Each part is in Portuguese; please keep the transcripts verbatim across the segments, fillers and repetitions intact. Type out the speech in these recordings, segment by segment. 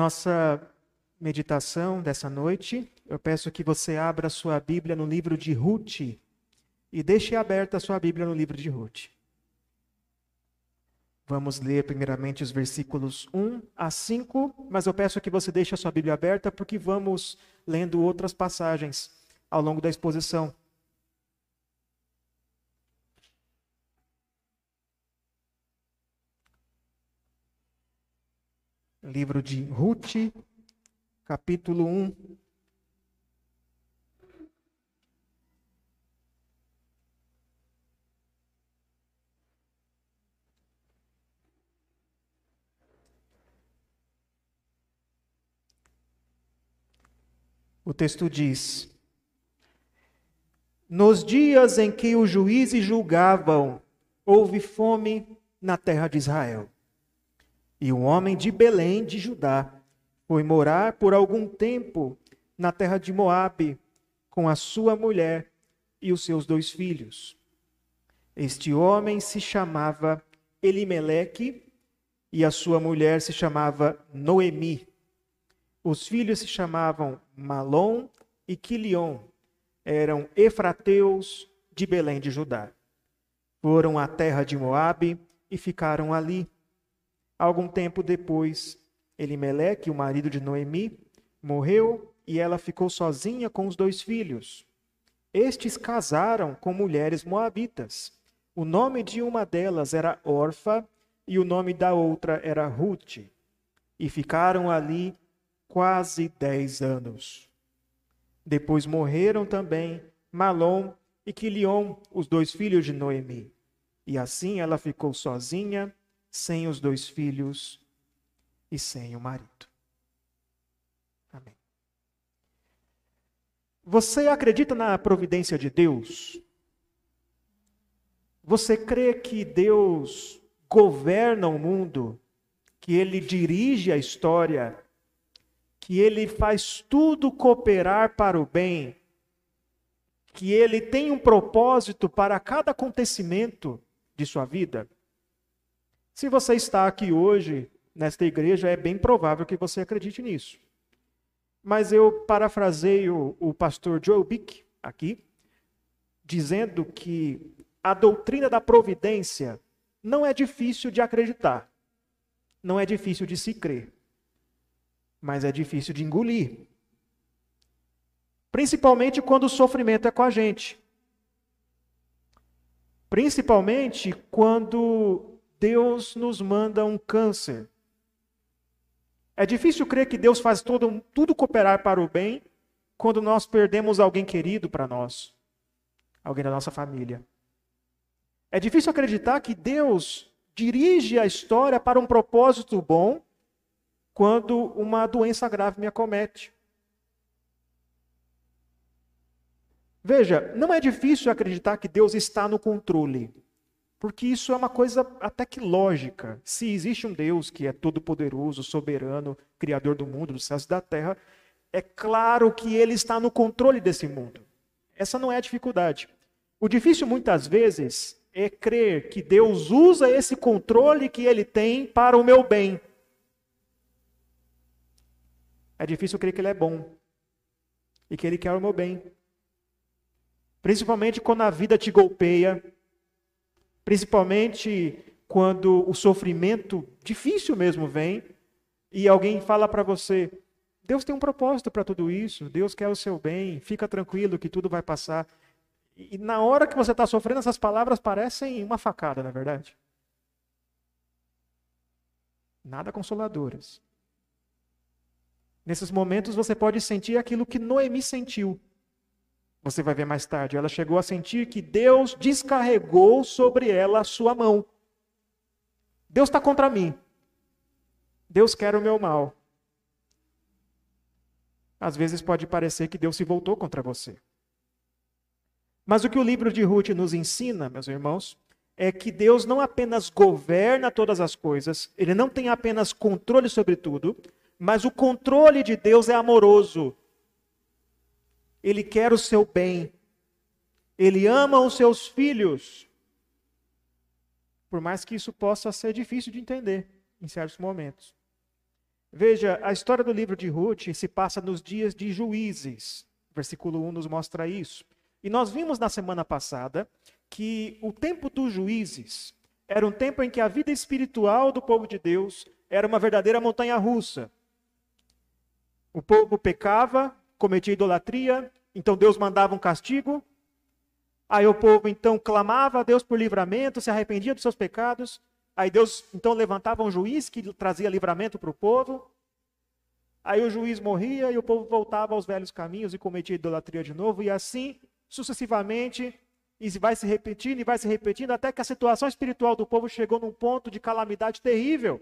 nossa meditação dessa noite, eu peço que você abra sua Bíblia no livro de Ruth e deixe aberta a sua Bíblia no livro de Ruth. Vamos ler primeiramente os versículos um a cinco, mas eu peço que você deixe a sua Bíblia aberta porque vamos lendo outras passagens ao longo da exposição. Livro de Ruth, capítulo um. O texto diz: Nos dias em que os juízes julgavam, houve fome na terra de Israel. E um homem de Belém de Judá foi morar por algum tempo na terra de Moabe com a sua mulher e os seus dois filhos. Este homem se chamava Elimeleque e a sua mulher se chamava Noemi. Os filhos se chamavam Malom e Quilion. Eram efrateus de Belém de Judá. Foram à terra de Moabe e ficaram ali. Algum tempo depois, Elimeleque, o marido de Noemi, morreu e ela ficou sozinha com os dois filhos. Estes casaram com mulheres moabitas. O nome de uma delas era Orfa e o nome da outra era Ruth. E ficaram ali quase dez anos. Depois morreram também Malom e Quilion, os dois filhos de Noemi. E assim ela ficou sozinha, sem os dois filhos e sem o marido. Amém. Você acredita na providência de Deus? Você crê que Deus governa o mundo, que Ele dirige a história, que Ele faz tudo cooperar para o bem, que Ele tem um propósito para cada acontecimento de sua vida? Se você está aqui hoje, nesta igreja, é bem provável que você acredite nisso. Mas eu parafraseio o pastor Joel Bick aqui, dizendo que a doutrina da providência não é difícil de acreditar, não é difícil de se crer, mas é difícil de engolir. Principalmente quando o sofrimento é com a gente. Principalmente quando Deus nos manda um câncer. É difícil crer que Deus faz todo, tudo cooperar para o bem quando nós perdemos alguém querido para nós, alguém da nossa família. É difícil acreditar que Deus dirige a história para um propósito bom quando uma doença grave me acomete. Veja, não é difícil acreditar que Deus está no controle. Porque isso é uma coisa até que lógica. Se existe um Deus que é todo-poderoso, soberano, criador do mundo, dos céus e da terra, é claro que Ele está no controle desse mundo. Essa não é a dificuldade. O difícil, muitas vezes, é crer que Deus usa esse controle que Ele tem para o meu bem. É difícil crer que Ele é bom e que Ele quer o meu bem. Principalmente quando a vida te golpeia, principalmente quando o sofrimento difícil mesmo vem e alguém fala para você, Deus tem um propósito para tudo isso, Deus quer o seu bem, fica tranquilo que tudo vai passar. E na hora que você está sofrendo, essas palavras parecem uma facada, não é verdade? Nada consoladoras. Nesses momentos você pode sentir aquilo que Noemi sentiu. Você vai ver mais tarde, ela chegou a sentir que Deus descarregou sobre ela a sua mão. Deus está contra mim. Deus quer o meu mal. Às vezes pode parecer que Deus se voltou contra você. Mas o que o livro de Ruth nos ensina, meus irmãos, é que Deus não apenas governa todas as coisas, Ele não tem apenas controle sobre tudo, mas o controle de Deus é amoroso. Ele quer o seu bem. Ele ama os seus filhos. Por mais que isso possa ser difícil de entender em certos momentos. Veja, a história do livro de Ruth se passa nos dias de Juízes. Versículo um nos mostra isso. E nós vimos na semana passada que o tempo dos juízes era um tempo em que a vida espiritual do povo de Deus era uma verdadeira montanha-russa. O povo pecava, cometia idolatria, então Deus mandava um castigo. Aí o povo então clamava a Deus por livramento, se arrependia dos seus pecados. Aí Deus então levantava um juiz que trazia livramento para o povo. Aí o juiz morria e o povo voltava aos velhos caminhos e cometia idolatria de novo. E assim sucessivamente, e vai se repetindo e vai se repetindo, até que a situação espiritual do povo chegou num ponto de calamidade terrível.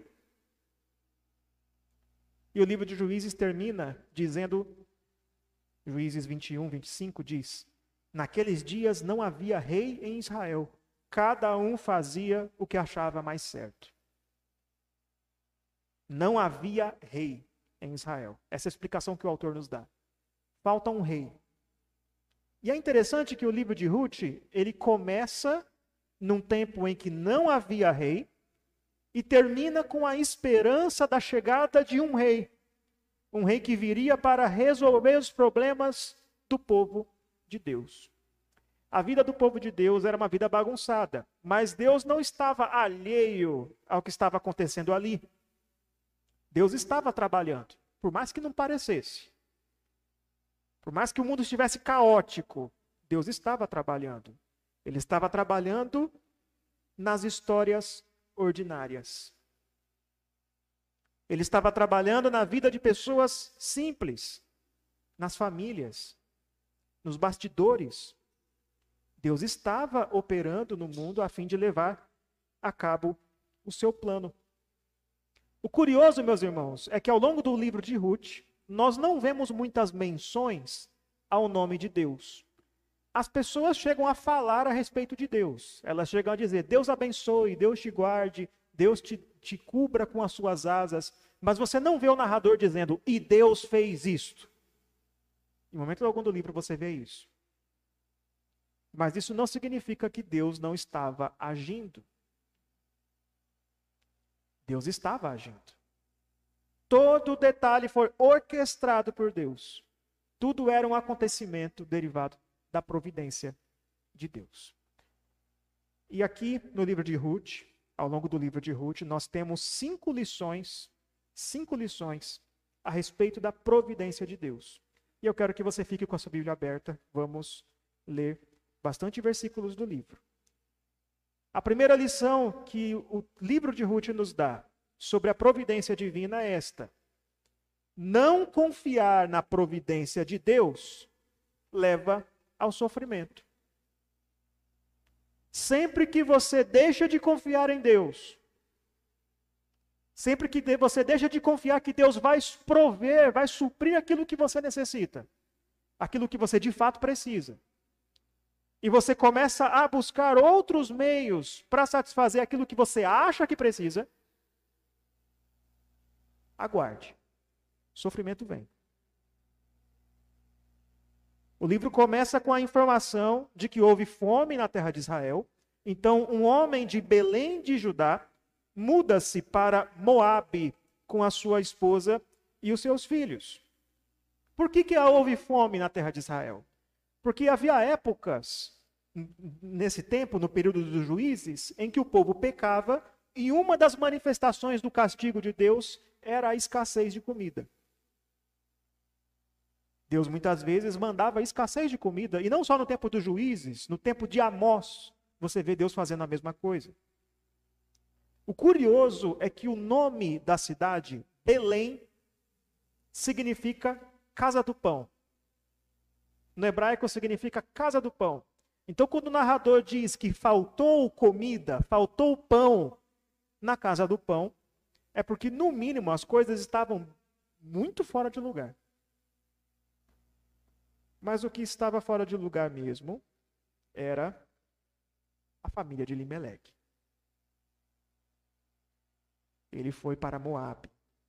E o livro de Juízes termina dizendo, Juízes vinte e um, vinte e cinco diz: naqueles dias não havia rei em Israel, cada um fazia o que achava mais certo. Não havia rei em Israel. Essa é a explicação que o autor nos dá. Falta um rei. E é interessante que o livro de Ruth, ele começa num tempo em que não havia rei e termina com a esperança da chegada de um rei. Um rei que viria para resolver os problemas do povo de Deus. A vida do povo de Deus era uma vida bagunçada, mas Deus não estava alheio ao que estava acontecendo ali. Deus estava trabalhando, por mais que não parecesse. Por mais que o mundo estivesse caótico, Deus estava trabalhando. Ele estava trabalhando nas histórias ordinárias. Ele estava trabalhando na vida de pessoas simples, nas famílias, nos bastidores. Deus estava operando no mundo a fim de levar a cabo o seu plano. O curioso, meus irmãos, é que ao longo do livro de Ruth, nós não vemos muitas menções ao nome de Deus. As pessoas chegam a falar a respeito de Deus. Elas chegam a dizer, Deus abençoe, Deus te guarde, Deus te, te cubra com as suas asas. Mas você não vê o narrador dizendo, e Deus fez isto. Em momento algum do livro você vê isso. Mas isso não significa que Deus não estava agindo. Deus estava agindo. Todo o detalhe foi orquestrado por Deus. Tudo era um acontecimento derivado da providência de Deus. E aqui no livro de Ruth, ao longo do livro de Ruth, nós temos cinco lições, cinco lições a respeito da providência de Deus. E eu quero que você fique com a sua Bíblia aberta. Vamos ler bastante versículos do livro. A primeira lição que o livro de Ruth nos dá sobre a providência divina é esta: não confiar na providência de Deus leva ao sofrimento. Sempre que você deixa de confiar em Deus, sempre que você deixa de confiar que Deus vai prover, vai suprir aquilo que você necessita, aquilo que você de fato precisa, e você começa a buscar outros meios para satisfazer aquilo que você acha que precisa, aguarde. Sofrimento vem. O livro começa com a informação de que houve fome na terra de Israel. Então, um homem de Belém de Judá muda-se para Moabe com a sua esposa e os seus filhos. Por que que houve fome na terra de Israel? Porque havia épocas, nesse tempo, no período dos juízes, em que o povo pecava e uma das manifestações do castigo de Deus era a escassez de comida. Deus muitas vezes mandava escassez de comida, e não só no tempo dos juízes, no tempo de Amós, você vê Deus fazendo a mesma coisa. O curioso é que o nome da cidade, Belém, significa casa do pão. No hebraico significa casa do pão. Então, quando o narrador diz que faltou comida, faltou pão na casa do pão, é porque, no mínimo, as coisas estavam muito fora de lugar. Mas o que estava fora de lugar mesmo era a família de Elimeleque. Ele foi para Moabe.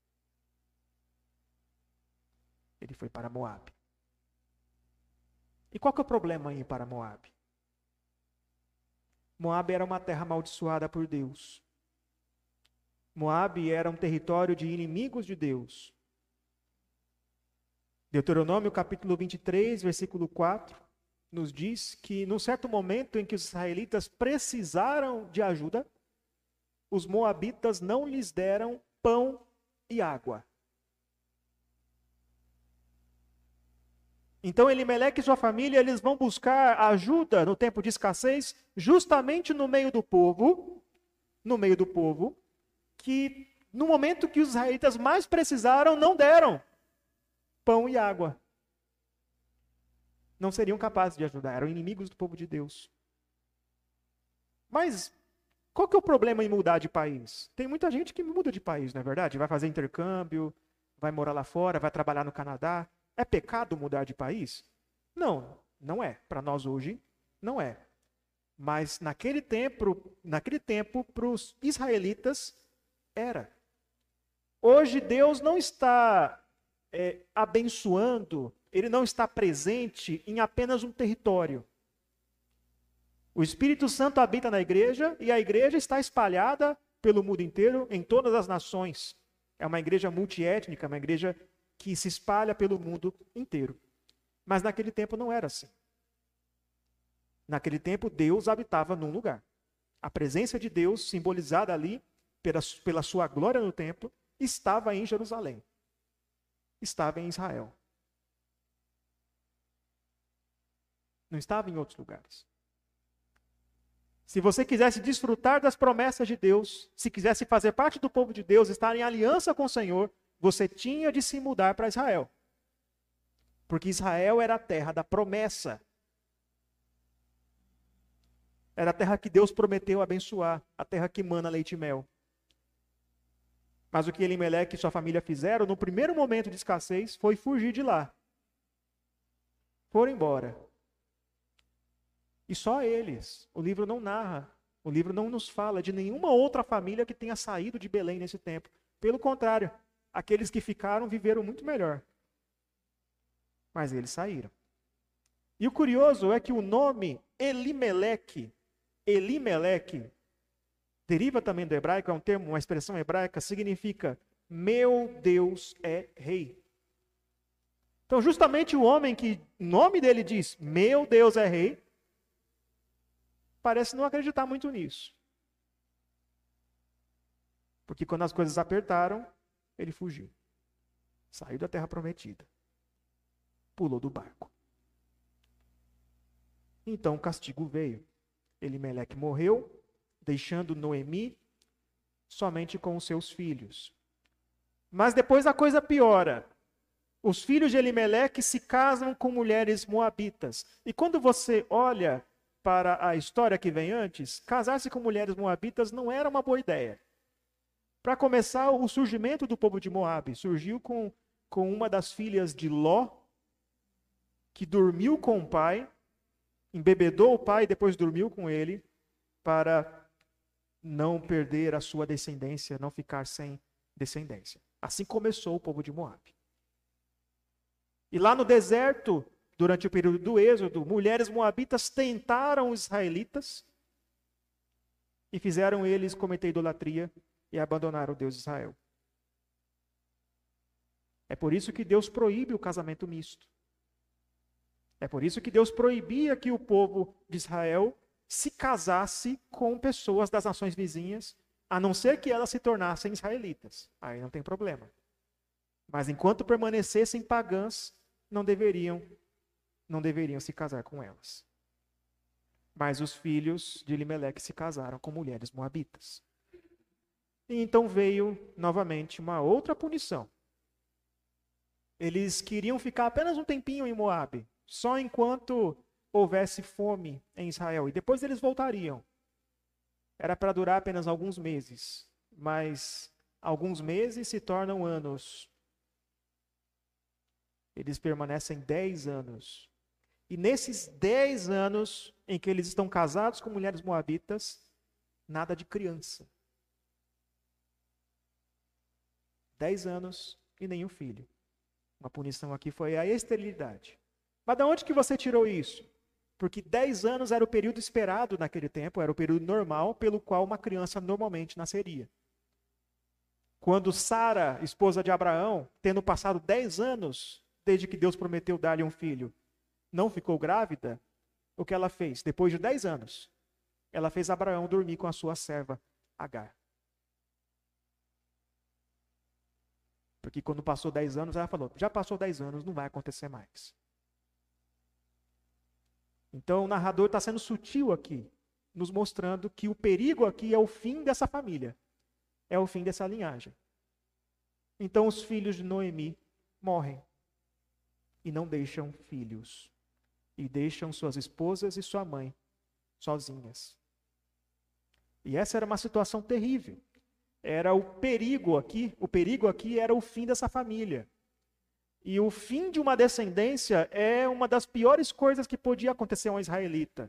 Ele foi para Moabe. E qual que é o problema em ir para Moabe? Moabe era uma terra amaldiçoada por Deus. Moabe era um território de inimigos de Deus. Deuteronômio capítulo vinte e três, versículo quatro, nos diz que num certo momento em que os israelitas precisaram de ajuda, os moabitas não lhes deram pão e água. Então Elimeleque e sua família, eles vão buscar ajuda no tempo de escassez, justamente no meio do povo, no meio do povo, que no momento que os israelitas mais precisaram, não deram pão e água. Não seriam capazes de ajudar, eram inimigos do povo de Deus. Mas qual que é o problema em mudar de país? Tem muita gente que muda de país, não é verdade? Vai fazer intercâmbio, vai morar lá fora, vai trabalhar no Canadá. É pecado mudar de país? Não, não é. Para nós hoje, não é. Mas naquele tempo, naquele tempo, para os israelitas, era. Hoje Deus não está é, abençoando, Ele não está presente em apenas um território. O Espírito Santo habita na igreja e a igreja está espalhada pelo mundo inteiro, em todas as nações. É uma igreja multiétnica, uma igreja que se espalha pelo mundo inteiro. Mas naquele tempo não era assim. Naquele tempo, Deus habitava num lugar. A presença de Deus, simbolizada ali pela, pela sua glória no templo, estava em Jerusalém. Estava em Israel. Não estava em outros lugares. Se você quisesse desfrutar das promessas de Deus, se quisesse fazer parte do povo de Deus, estar em aliança com o Senhor, você tinha de se mudar para Israel. Porque Israel era a terra da promessa. Era a terra que Deus prometeu abençoar, a terra que mana leite e mel. Mas o que Elimeleque e sua família fizeram, no primeiro momento de escassez, foi fugir de lá. Foram embora. E só eles. O livro não narra, o livro não nos fala de nenhuma outra família que tenha saído de Belém nesse tempo. Pelo contrário, aqueles que ficaram viveram muito melhor. Mas eles saíram. E o curioso é que o nome Elimeleque, Elimeleque, deriva também do hebraico, é um termo, uma expressão hebraica, significa meu Deus é rei. Então justamente o homem que o nome dele diz meu Deus é rei, parece não acreditar muito nisso. Porque quando as coisas apertaram, ele fugiu. Saiu da terra prometida. Pulou do barco. Então o castigo veio. Elimeleque morreu, deixando Noemi somente com os seus filhos. Mas depois a coisa piora. Os filhos de Elimeleque se casam com mulheres moabitas. E quando você olha para a história que vem antes, casar-se com mulheres moabitas não era uma boa ideia. Para começar, o surgimento do povo de Moabe surgiu com, com uma das filhas de Ló, que dormiu com o pai, embebedou o pai e depois dormiu com ele, para não perder a sua descendência, não ficar sem descendência. Assim começou o povo de Moabe. E lá no deserto, durante o período do Êxodo, mulheres moabitas tentaram os israelitas e fizeram eles cometer idolatria e abandonar o Deus de Israel. É por isso que Deus proíbe o casamento misto. É por isso que Deus proibia que o povo de Israel se casasse com pessoas das nações vizinhas, a não ser que elas se tornassem israelitas. Aí não tem problema. Mas enquanto permanecessem pagãs, não deveriam, não deveriam se casar com elas. Mas os filhos de Elimeleque se casaram com mulheres moabitas. E então veio novamente uma outra punição. Eles queriam ficar apenas um tempinho em Moabe, só enquanto houvesse fome em Israel. E depois eles voltariam. Era para durar apenas alguns meses. Mas alguns meses se tornam anos. Eles permanecem dez anos. E nesses dez anos em que eles estão casados com mulheres moabitas, nada de criança. Dez anos e nenhum filho. Uma punição aqui foi a esterilidade. Mas de onde que você tirou isso? Porque dez anos era o período esperado naquele tempo, era o período normal pelo qual uma criança normalmente nasceria. Quando Sara, esposa de Abraão, tendo passado dez anos desde que Deus prometeu dar-lhe um filho, não ficou grávida, o que ela fez? Depois de dez anos, ela fez Abraão dormir com a sua serva Agar. Porque quando passou dez anos, ela falou, já passou dez anos, não vai acontecer mais. Então o narrador está sendo sutil aqui, nos mostrando que o perigo aqui é o fim dessa família. É o fim dessa linhagem. Então os filhos de Noemi morrem e não deixam filhos. E deixam suas esposas e sua mãe sozinhas. E essa era uma situação terrível. Era o perigo aqui, o perigo aqui era o fim dessa família. E o fim de uma descendência é uma das piores coisas que podia acontecer a um israelita.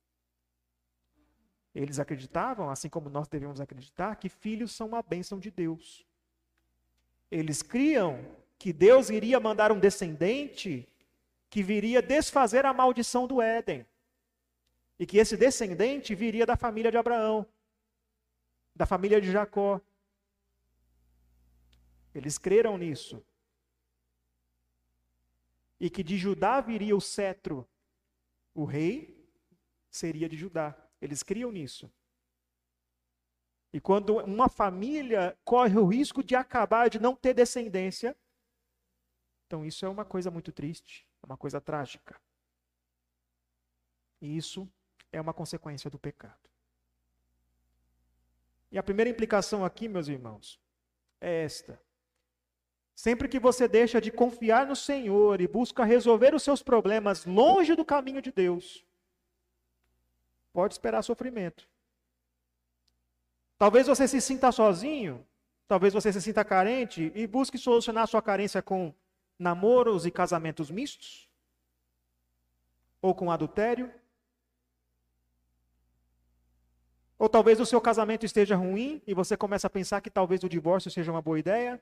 Eles acreditavam, assim como nós devemos acreditar, que filhos são uma bênção de Deus. Eles criam que Deus iria mandar um descendente que viria desfazer a maldição do Éden. E que esse descendente viria da família de Abraão, da família de Jacó. Eles creram nisso. E que de Judá viria o cetro. O rei seria de Judá. Eles criam nisso. E quando uma família corre o risco de acabar, de não ter descendência, então isso é uma coisa muito triste, é uma coisa trágica. E isso é uma consequência do pecado. E a primeira implicação aqui, meus irmãos, é esta. Sempre que você deixa de confiar no Senhor e busca resolver os seus problemas longe do caminho de Deus, pode esperar sofrimento. Talvez você se sinta sozinho, talvez você se sinta carente e busque solucionar sua carência com namoros e casamentos mistos, ou com adultério. Ou talvez o seu casamento esteja ruim e você começa a pensar que talvez o divórcio seja uma boa ideia.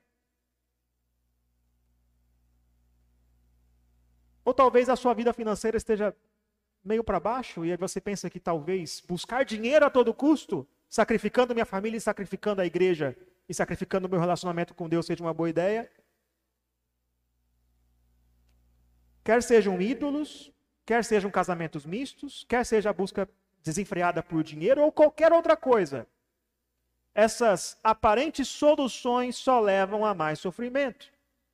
Ou talvez a sua vida financeira esteja meio para baixo e aí você pensa que talvez buscar dinheiro a todo custo, sacrificando minha família e sacrificando a igreja e sacrificando o meu relacionamento com Deus seja uma boa ideia. Quer sejam ídolos, quer sejam casamentos mistos, quer seja a busca desenfreada por dinheiro ou qualquer outra coisa. Essas aparentes soluções só levam a mais sofrimento.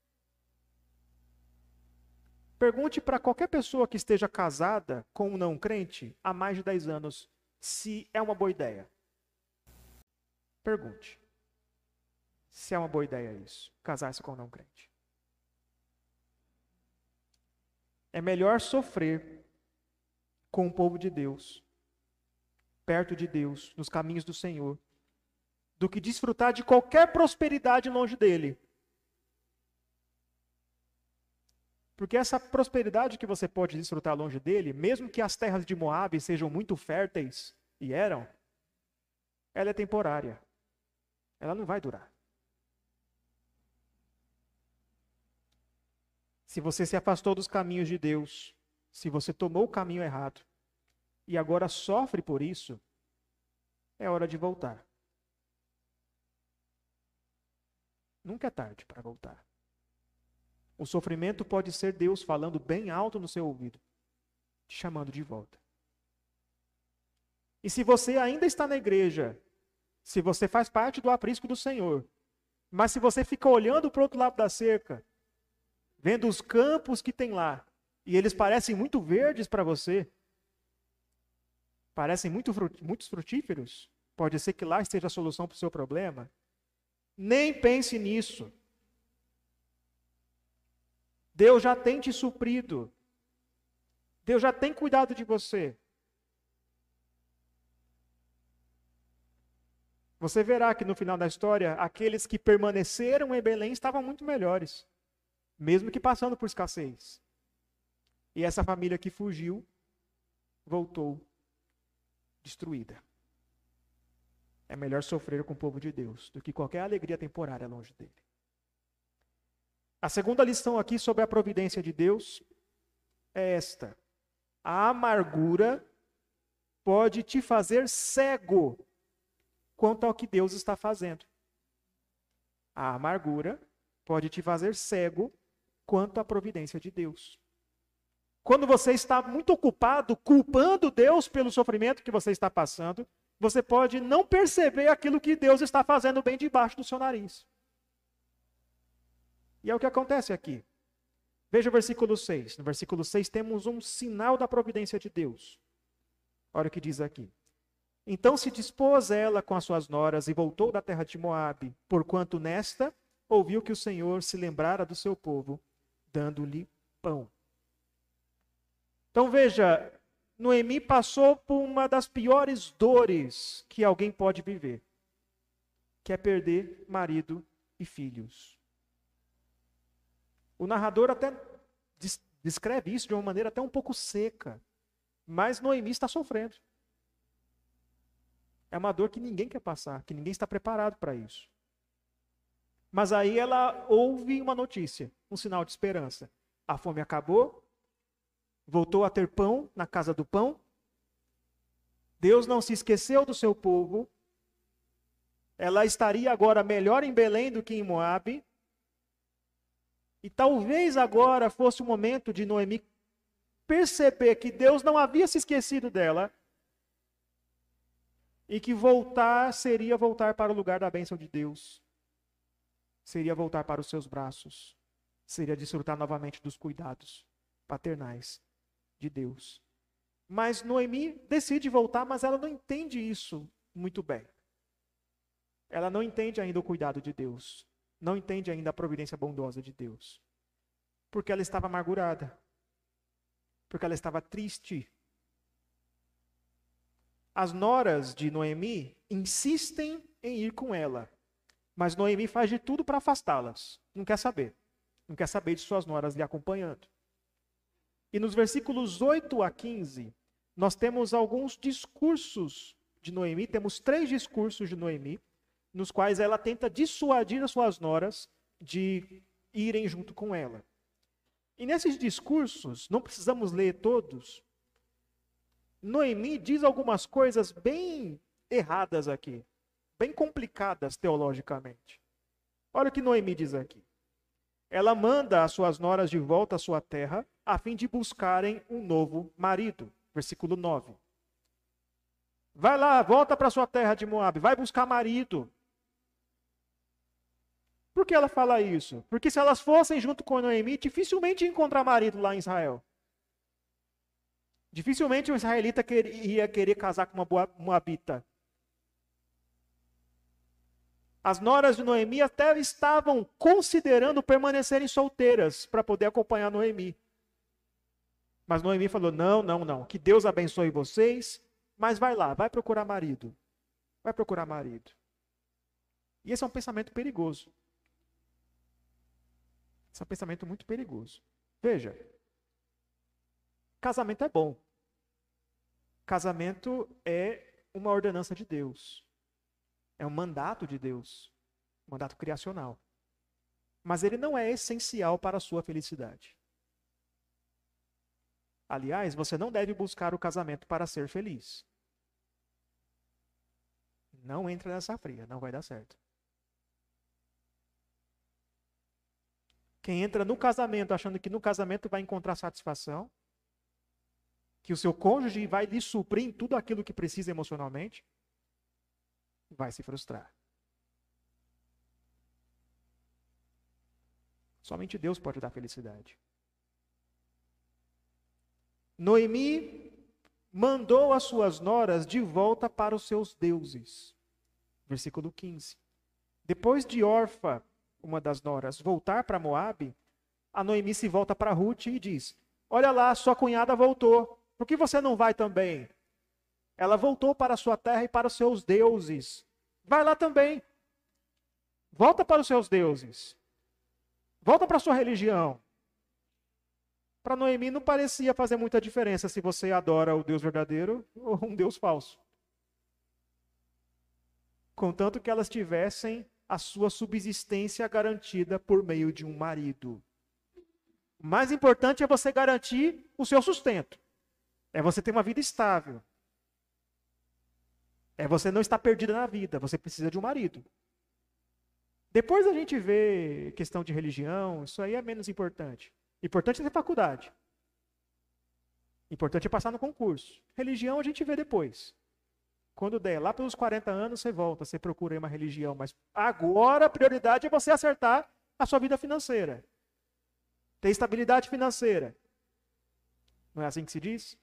Pergunte para qualquer pessoa que esteja casada com um não crente há mais de dez anos se é uma boa ideia. Pergunte se é uma boa ideia isso, casar-se com um não crente. É melhor sofrer com o povo de Deus, perto de Deus, nos caminhos do Senhor, do que desfrutar de qualquer prosperidade longe dele. Porque essa prosperidade que você pode desfrutar longe dele, mesmo que as terras de Moabe sejam muito férteis, e eram, ela é temporária. Ela não vai durar. Se você se afastou dos caminhos de Deus, se você tomou o caminho errado, e agora sofre por isso, é hora de voltar. Nunca é tarde para voltar. O sofrimento pode ser Deus falando bem alto no seu ouvido, te chamando de volta. E se você ainda está na igreja, se você faz parte do aprisco do Senhor, mas se você fica olhando para o outro lado da cerca, vendo os campos que tem lá, e eles parecem muito verdes para você, parecem muito, muito frutíferos, pode ser que lá esteja a solução para o seu problema, nem pense nisso. Deus já tem te suprido. Deus já tem cuidado de você. Você verá que no final da história, aqueles que permaneceram em Belém estavam muito melhores, mesmo que passando por escassez. E essa família que fugiu, voltou destruída. É melhor sofrer com o povo de Deus do que qualquer alegria temporária longe dele. A segunda lição aqui sobre a providência de Deus é esta. A amargura pode te fazer cego quanto ao que Deus está fazendo. A amargura pode te fazer cego quanto à providência de Deus. Quando você está muito ocupado culpando Deus pelo sofrimento que você está passando, você pode não perceber aquilo que Deus está fazendo bem debaixo do seu nariz. E é o que acontece aqui. Veja o versículo seis. No versículo seis temos um sinal da providência de Deus. Olha o que diz aqui. Então se dispôs ela com as suas noras e voltou da terra de Moabe, porquanto nesta ouviu que o Senhor se lembrara do seu povo, dando-lhe pão. Então veja, Noemi passou por uma das piores dores que alguém pode viver, que é perder marido e filhos. O narrador até descreve isso de uma maneira até um pouco seca, mas Noemi está sofrendo. É uma dor que ninguém quer passar, que ninguém está preparado para isso. Mas aí ela ouve uma notícia, um sinal de esperança. A fome acabou, voltou a ter pão na casa do pão. Deus não se esqueceu do seu povo. Ela estaria agora melhor em Belém do que em Moabe. E talvez agora fosse o momento de Noemi perceber que Deus não havia se esquecido dela e que voltar seria voltar para o lugar da bênção de Deus. Seria voltar para os seus braços. Seria desfrutar novamente dos cuidados paternais de Deus. Mas Noemi decide voltar, mas ela não entende isso muito bem. Ela não entende ainda o cuidado de Deus. Não entende ainda a providência bondosa de Deus. Porque ela estava amargurada. Porque ela estava triste. As noras de Noemi insistem em ir com ela. Mas Noemi faz de tudo para afastá-las. Não quer saber. Não quer saber de suas noras lhe acompanhando. E nos versículos oito a quinze, nós temos alguns discursos de Noemi. Temos três discursos de Noemi, nos quais ela tenta dissuadir as suas noras de irem junto com ela. E nesses discursos, não precisamos ler todos, Noemi diz algumas coisas bem erradas aqui, bem complicadas teologicamente. Olha o que Noemi diz aqui. Ela manda as suas noras de volta à sua terra, a fim de buscarem um novo marido. Versículo nove. Vai lá, volta para sua terra de Moabe, vai buscar marido. Por que ela fala isso? Porque se elas fossem junto com Noemi, dificilmente ia encontrar marido lá em Israel. Dificilmente um israelita ia querer casar com uma moabita. As noras de Noemi até estavam considerando permanecerem solteiras para poder acompanhar Noemi. Mas Noemi falou, não, não, não, que Deus abençoe vocês, mas vai lá, vai procurar marido. Vai procurar marido. E esse é um pensamento perigoso. Esse é um pensamento muito perigoso. Veja, casamento é bom. Casamento é uma ordenança de Deus. É um mandato de Deus. Um mandato criacional. Mas ele não é essencial para a sua felicidade. Aliás, você não deve buscar o casamento para ser feliz. Não entra nessa fria, não vai dar certo. Quem entra no casamento achando que no casamento vai encontrar satisfação, que o seu cônjuge vai lhe suprir em tudo aquilo que precisa emocionalmente, vai se frustrar. Somente Deus pode dar felicidade. Noemi mandou as suas noras de volta para os seus deuses. Versículo quinze. Depois de Orfa, uma das noras, voltar para Moabe, a Noemi se volta para Ruth e diz, olha lá, sua cunhada voltou. Por que você não vai também? Ela voltou para a sua terra e para os seus deuses. Vai lá também. Volta para os seus deuses. Volta para a sua religião. Para Noemi não parecia fazer muita diferença se você adora o Deus verdadeiro ou um Deus falso. Contanto que elas tivessem a sua subsistência garantida por meio de um marido. O mais importante é você garantir o seu sustento. É você ter uma vida estável. É você não estar perdida na vida. Você precisa de um marido. Depois a gente vê questão de religião, isso aí é menos importante. Importante é ter faculdade. Importante é passar no concurso. Religião a gente vê depois. Quando der, lá pelos quarenta anos, você volta, você procura aí uma religião. Mas agora a prioridade é você acertar a sua vida financeira. Ter estabilidade financeira. Não é assim que se diz?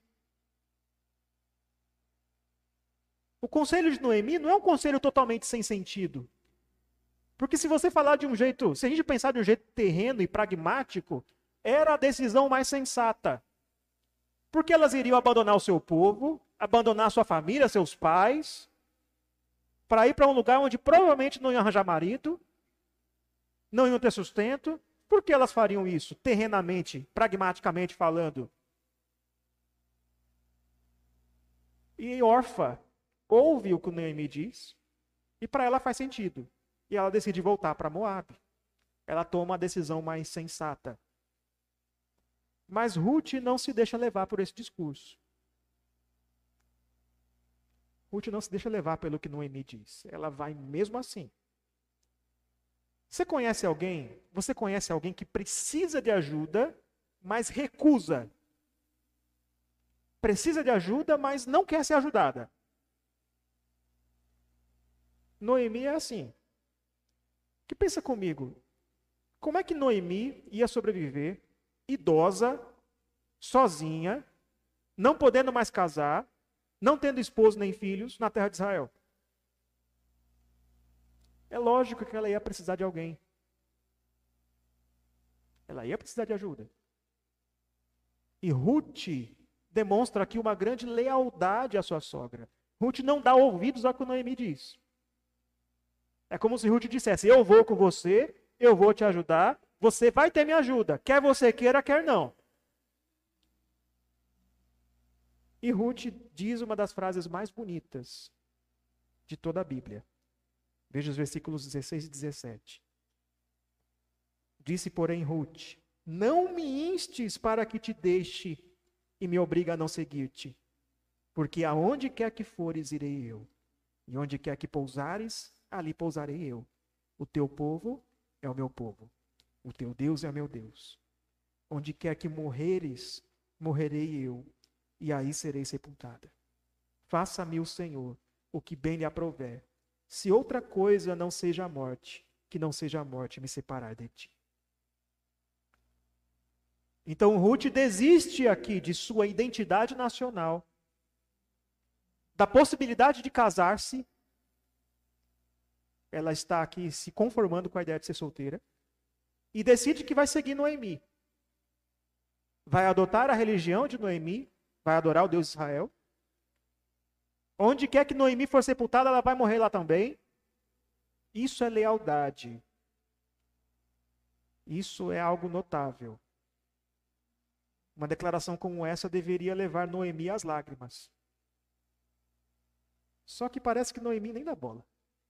O conselho de Noemi não é um conselho totalmente sem sentido. Porque se você falar de um jeito, se a gente pensar de um jeito terreno e pragmático, era a decisão mais sensata. Porque elas iriam abandonar o seu povo, abandonar sua família, seus pais, para ir para um lugar onde provavelmente não iam arranjar marido, não iam ter sustento. Por que elas fariam isso, terrenamente, pragmaticamente falando? E Orfa ouve o que Noemi diz, e para ela faz sentido. E ela decide voltar para Moabe. Ela toma a decisão mais sensata. Mas Ruth não se deixa levar por esse discurso. Ruth não se deixa levar pelo que Noemi diz. Ela vai mesmo assim. Você conhece alguém? Você conhece alguém que precisa de ajuda, mas recusa? Precisa de ajuda, mas não quer ser ajudada. Noemi é assim. Que pensa comigo? Como é que Noemi ia sobreviver, idosa, sozinha, não podendo mais casar, não tendo esposo nem filhos, na terra de Israel? É lógico que ela ia precisar de alguém. Ela ia precisar de ajuda. E Ruth demonstra aqui uma grande lealdade à sua sogra. Ruth não dá ouvidos ao que Noemi diz. É como se Ruth dissesse: eu vou com você, eu vou te ajudar, você vai ter minha ajuda, quer você queira, quer não. E Ruth diz uma das frases mais bonitas de toda a Bíblia. Veja os versículos dezesseis e dezessete. Disse, porém, Ruth: não me instes para que te deixe e me obriga a não seguir-te, porque aonde quer que fores, irei eu, e onde quer que pousares, ali pousarei eu. O teu povo é o meu povo, o teu Deus é o meu Deus. Onde quer que morreres, morrerei eu, e aí serei sepultada. Faça-me o Senhor o que bem lhe aprouver. Se outra coisa não seja a morte, que não seja a morte me separar de ti. Então Ruth desiste aqui de sua identidade nacional, da possibilidade de casar-se. Ela está aqui se conformando com a ideia de ser solteira e decide que vai seguir Noemi. Vai adotar a religião de Noemi, vai adorar o Deus de Israel. Onde quer que Noemi for sepultada, ela vai morrer lá também. Isso é lealdade. Isso é algo notável. Uma declaração como essa deveria levar Noemi às lágrimas. Só que parece que Noemi nem dá bola.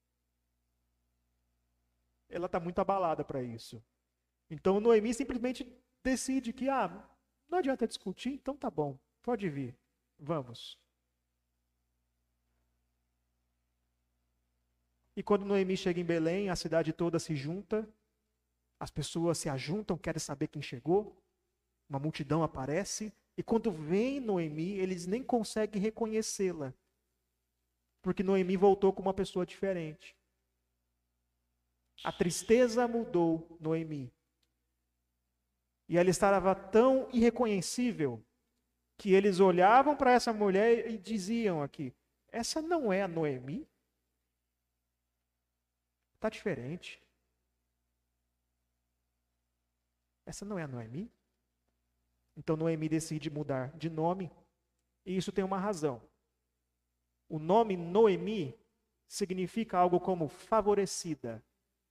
Ela está muito abalada para isso. Então Noemi simplesmente decide que, ah, não adianta discutir, então tá bom, pode vir, vamos. E quando Noemi chega em Belém, a cidade toda se junta, as pessoas se ajuntam, querem saber quem chegou, uma multidão aparece, e quando vem Noemi, eles nem conseguem reconhecê-la, porque Noemi voltou com uma pessoa diferente. A tristeza mudou Noemi. E ela estava tão irreconhecível que eles olhavam para essa mulher e diziam aqui: essa não é a Noemi? Está diferente. Essa não é a Noemi? Então Noemi decide mudar de nome, e isso tem uma razão. O nome Noemi significa algo como favorecida.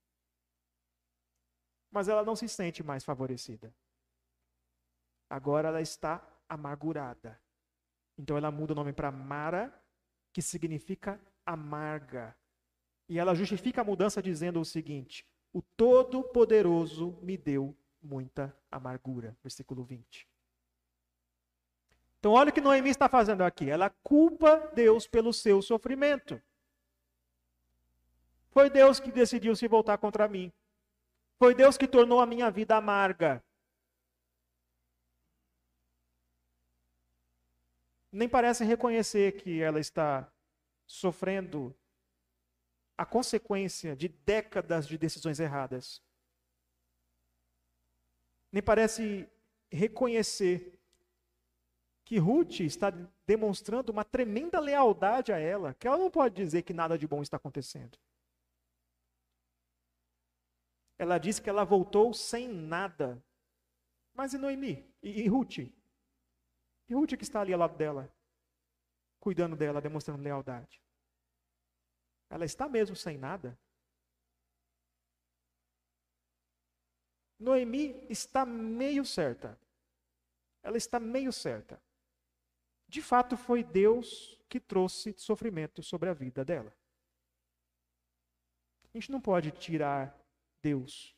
Mas ela não se sente mais favorecida. Agora ela está amargurada. Então ela muda o nome para Mara, que significa amarga. E ela justifica a mudança dizendo o seguinte: o Todo-Poderoso me deu muita amargura. Versículo vinte. Então olha o que Noemi está fazendo aqui. Ela culpa Deus pelo seu sofrimento. Foi Deus que decidiu se voltar contra mim. Foi Deus que tornou a minha vida amarga. Nem parece reconhecer que ela está sofrendo a consequência de décadas de decisões erradas. Nem parece reconhecer que Ruth está demonstrando uma tremenda lealdade a ela, que ela não pode dizer que nada de bom está acontecendo. Ela diz que ela voltou sem nada. Mas e Noemi? E, e Ruth? E Ruth que está ali ao lado dela, cuidando dela, demonstrando lealdade. Ela está mesmo sem nada? Noemi está meio certa. Ela está meio certa. De fato, foi Deus que trouxe sofrimento sobre a vida dela. A gente não pode tirar Deus.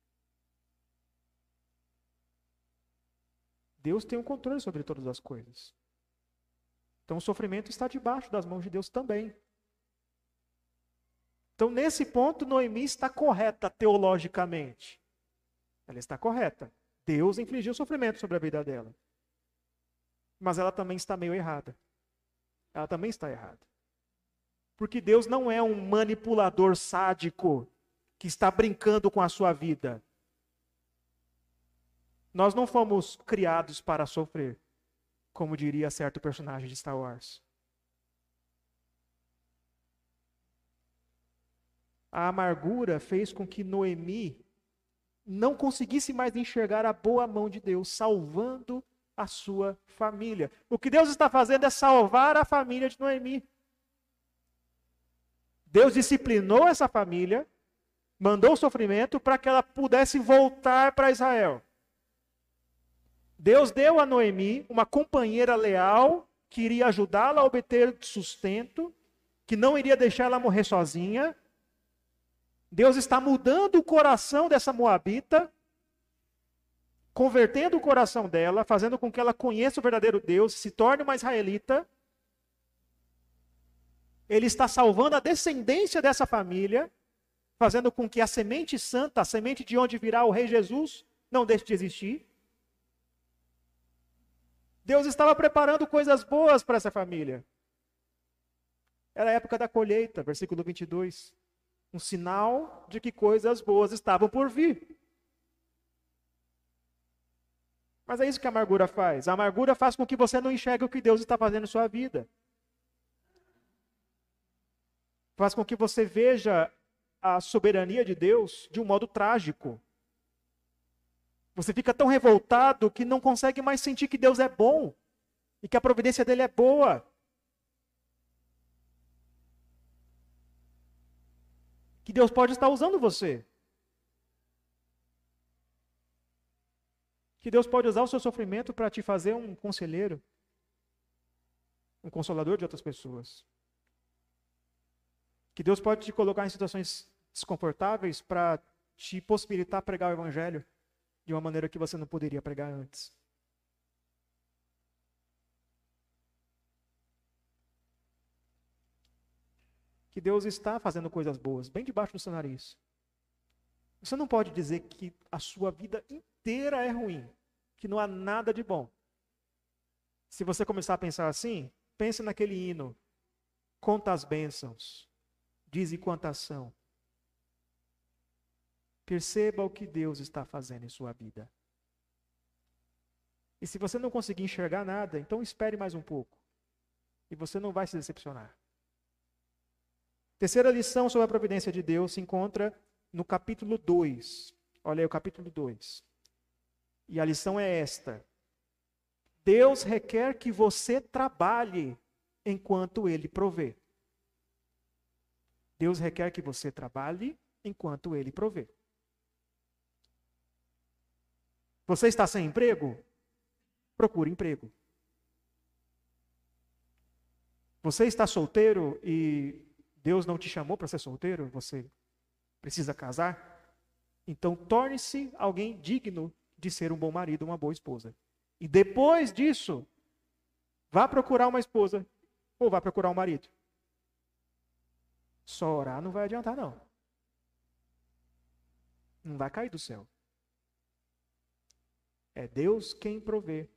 Deus tem o controle sobre todas as coisas. Então o sofrimento está debaixo das mãos de Deus também. Então nesse ponto Noemi está correta teologicamente. Ela está correta. Deus infligiu sofrimento sobre a vida dela. Mas ela também está meio errada. Ela também está errada. Porque Deus não é um manipulador sádico que está brincando com a sua vida. Nós não fomos criados para sofrer, como diria certo personagem de Star Wars. A amargura fez com que Noemi não conseguisse mais enxergar a boa mão de Deus, salvando a sua família. O que Deus está fazendo é salvar a família de Noemi. Deus disciplinou essa família, mandou o sofrimento para que ela pudesse voltar para Israel. Deus deu a Noemi uma companheira leal que iria ajudá-la a obter sustento, que não iria deixar ela morrer sozinha. Deus está mudando o coração dessa moabita, convertendo o coração dela, fazendo com que ela conheça o verdadeiro Deus, se torne uma israelita. Ele está salvando a descendência dessa família, fazendo com que a semente santa, a semente de onde virá o rei Jesus, não deixe de existir. Deus estava preparando coisas boas para essa família. Era a época da colheita, versículo vinte e dois. Um sinal de que coisas boas estavam por vir. Mas é isso que a amargura faz. A amargura faz com que você não enxergue o que Deus está fazendo em sua vida. Faz com que você veja a soberania de Deus de um modo trágico. Você fica tão revoltado que não consegue mais sentir que Deus é bom e que a providência dele é boa. Que Deus pode estar usando você. Que Deus pode usar o seu sofrimento para te fazer um conselheiro, um consolador de outras pessoas. Que Deus pode te colocar em situações desconfortáveis para te possibilitar pregar o evangelho de uma maneira que você não poderia pregar antes. Que Deus está fazendo coisas boas, bem debaixo do seu nariz. Você não pode dizer que a sua vida inteira é ruim, que não há nada de bom. Se você começar a pensar assim, pense naquele hino. Conta as bênçãos, dize quantas são. Perceba o que Deus está fazendo em sua vida. E se você não conseguir enxergar nada, então espere mais um pouco. E você não vai se decepcionar. Terceira lição sobre a providência de Deus se encontra no capítulo dois. Olha aí o capítulo dois. E a lição é esta. Deus requer que você trabalhe enquanto Ele provê. Deus requer que você trabalhe enquanto Ele provê. Você está sem emprego? Procure emprego. Você está solteiro e Deus não te chamou para ser solteiro? Você precisa casar? Então torne-se alguém digno de ser um bom marido, uma boa esposa. E depois disso, vá procurar uma esposa ou vá procurar um marido. Só orar não vai adiantar, não. Não vai cair do céu. É Deus quem provê.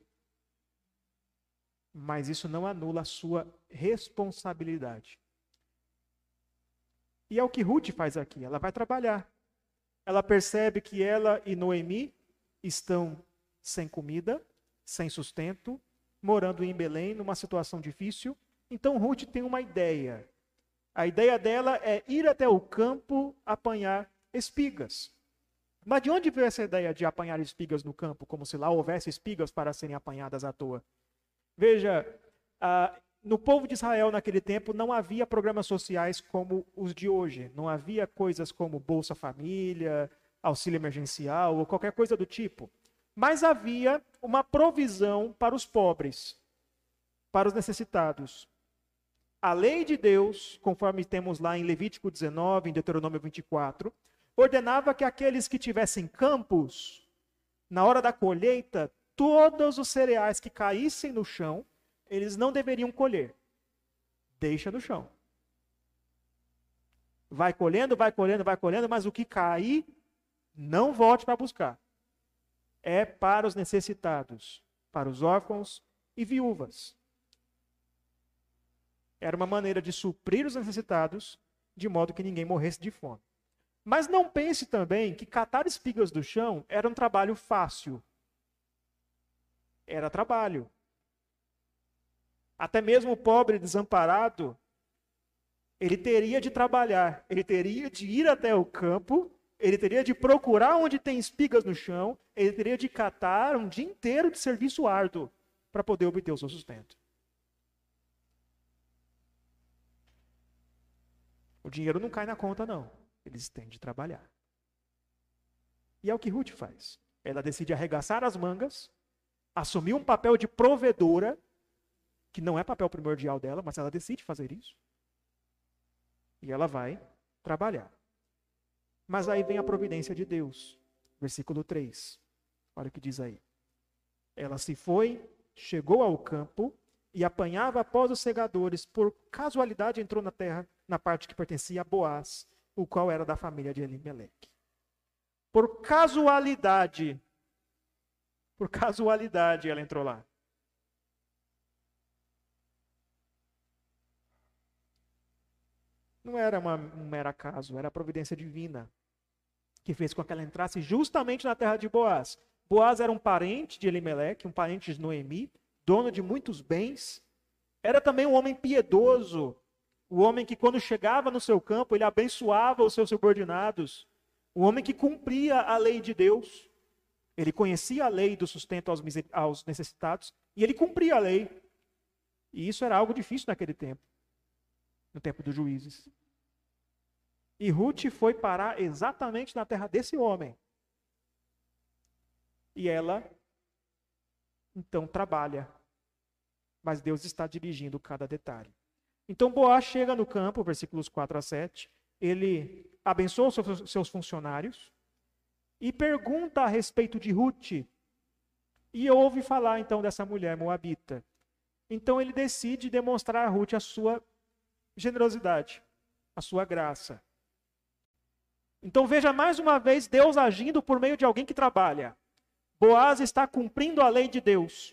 Mas isso não anula a sua responsabilidade. E é o que Ruth faz aqui. Ela vai trabalhar. Ela percebe que ela e Noemi estão sem comida, sem sustento, morando em Belém, numa situação difícil. Então Ruth tem uma ideia. A ideia dela é ir até o campo apanhar espigas. Mas de onde veio essa ideia de apanhar espigas no campo, como se lá houvesse espigas para serem apanhadas à toa? Veja, ah, no povo de Israel naquele tempo não havia programas sociais como os de hoje. Não havia coisas como Bolsa Família, auxílio emergencial ou qualquer coisa do tipo. Mas havia uma provisão para os pobres, para os necessitados. A lei de Deus, conforme temos lá em Levítico dezenove, em Deuteronômio vinte e quatro, ordenava que aqueles que tivessem campos, na hora da colheita, todos os cereais que caíssem no chão, eles não deveriam colher. Deixa no chão. Vai colhendo, vai colhendo, vai colhendo, mas o que cair, não volte para buscar. É para os necessitados, para os órfãos e viúvas. Era uma maneira de suprir os necessitados, de modo que ninguém morresse de fome. Mas não pense também que catar espigas do chão era um trabalho fácil. Era trabalho. Até mesmo o pobre desamparado, ele teria de trabalhar, ele teria de ir até o campo, ele teria de procurar onde tem espigas no chão, ele teria de catar um dia inteiro de serviço árduo para poder obter o seu sustento. O dinheiro não cai na conta, não. Eles têm de trabalhar. E é o que Ruth faz. Ela decide arregaçar as mangas, assumir um papel de provedora, que não é papel primordial dela, mas ela decide fazer isso. E ela vai trabalhar. Mas aí vem a providência de Deus. Versículo três. Olha o que diz aí. Ela se foi, chegou ao campo e apanhava após os segadores. Por casualidade entrou na terra, na parte que pertencia a Boaz, o qual era da família de Elimeleque. Por casualidade, por casualidade ela entrou lá. Não era uma, um mero acaso, era a providência divina que fez com que ela entrasse justamente na terra de Boaz. Boaz era um parente de Elimeleque, um parente de Noemi, dono de muitos bens. Era também um homem piedoso, o homem que quando chegava no seu campo, ele abençoava os seus subordinados. O homem que cumpria a lei de Deus. Ele conhecia a lei do sustento aos, aos necessitados e ele cumpria a lei. E isso era algo difícil naquele tempo, no tempo dos juízes. E Ruth foi parar exatamente na terra desse homem. E ela, então, trabalha. Mas Deus está dirigindo cada detalhe. Então Boaz chega no campo, versículos quatro a sete. Ele abençoa os seus funcionários e pergunta a respeito de Ruth. E ouve falar então dessa mulher moabita. Então ele decide demonstrar a Ruth a sua generosidade, a sua graça. Então veja mais uma vez Deus agindo por meio de alguém que trabalha. Boaz está cumprindo a lei de Deus.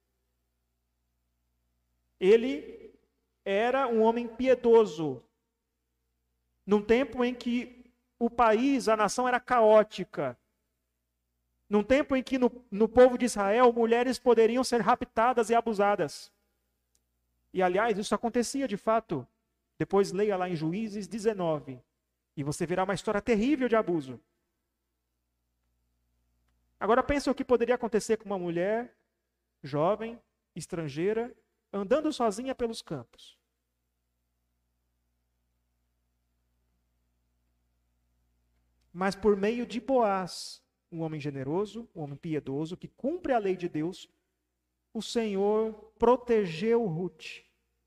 Ele era um homem piedoso. Num tempo em que o país, a nação era caótica. Num tempo em que no, no povo de Israel, mulheres poderiam ser raptadas e abusadas. E aliás, isso acontecia de fato. Depois leia lá em Juízes dezenove. E você verá uma história terrível de abuso. Agora pense o que poderia acontecer com uma mulher jovem, estrangeira, andando sozinha pelos campos. Mas por meio de Boaz, um homem generoso, um homem piedoso, que cumpre a lei de Deus, o Senhor protegeu Ruth.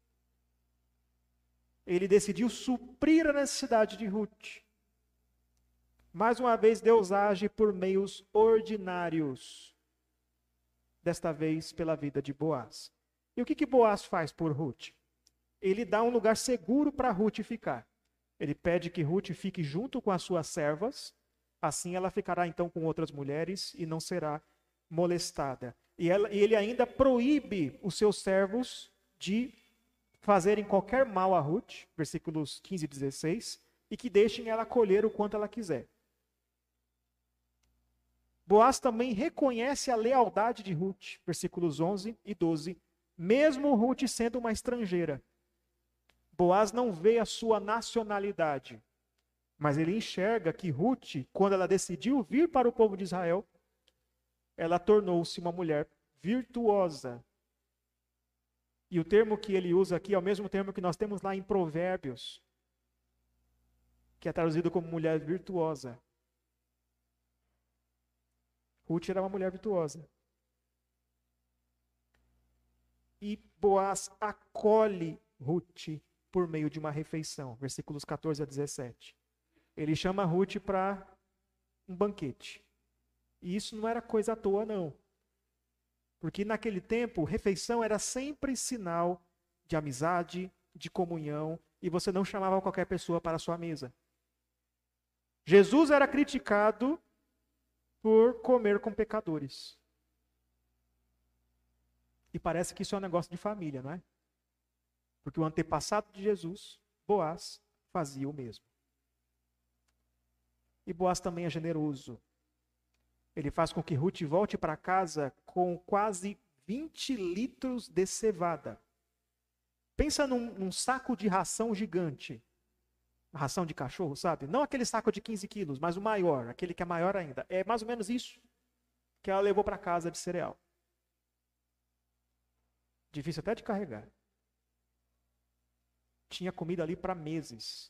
Ele decidiu suprir a necessidade de Ruth. Mais uma vez, Deus age por meios ordinários. Desta vez, pela vida de Boaz. E o que, que Boaz faz por Ruth? Ele dá um lugar seguro para Ruth ficar. Ele pede que Ruth fique junto com as suas servas, Assim ela ficará então com outras mulheres e não será molestada. E, ela, e ele ainda proíbe os seus servos de fazerem qualquer mal a Ruth, versículos quinze e dezesseis, e que deixem ela colher o quanto ela quiser. Boaz também reconhece a lealdade de Ruth, versículos onze e doze, mesmo Ruth sendo uma estrangeira. Boaz não vê a sua nacionalidade, mas ele enxerga que Ruth, quando ela decidiu vir para o povo de Israel, ela tornou-se uma mulher virtuosa. E o termo que ele usa aqui é o mesmo termo que nós temos lá em Provérbios, que é traduzido como mulher virtuosa. Ruth era uma mulher virtuosa. E Boaz acolhe Ruth por meio de uma refeição, versículos catorze a dezessete. Ele chama Ruth para um banquete. E isso não era coisa à toa, não. Porque naquele tempo, refeição era sempre sinal de amizade, de comunhão, e você não chamava qualquer pessoa para a sua mesa. Jesus era criticado por comer com pecadores. E parece que isso é um negócio de família, não é? Porque o antepassado de Jesus, Boaz, fazia o mesmo. E Boaz também é generoso. Ele faz com que Ruth volte para casa com quase vinte litros de cevada. Pensa num, num saco de ração gigante. Ração de cachorro, sabe? Não aquele saco de quinze quilos, mas o maior, aquele que é maior ainda. É mais ou menos isso que ela levou para casa de cereal. Difícil até de carregar. Tinha comida ali para meses.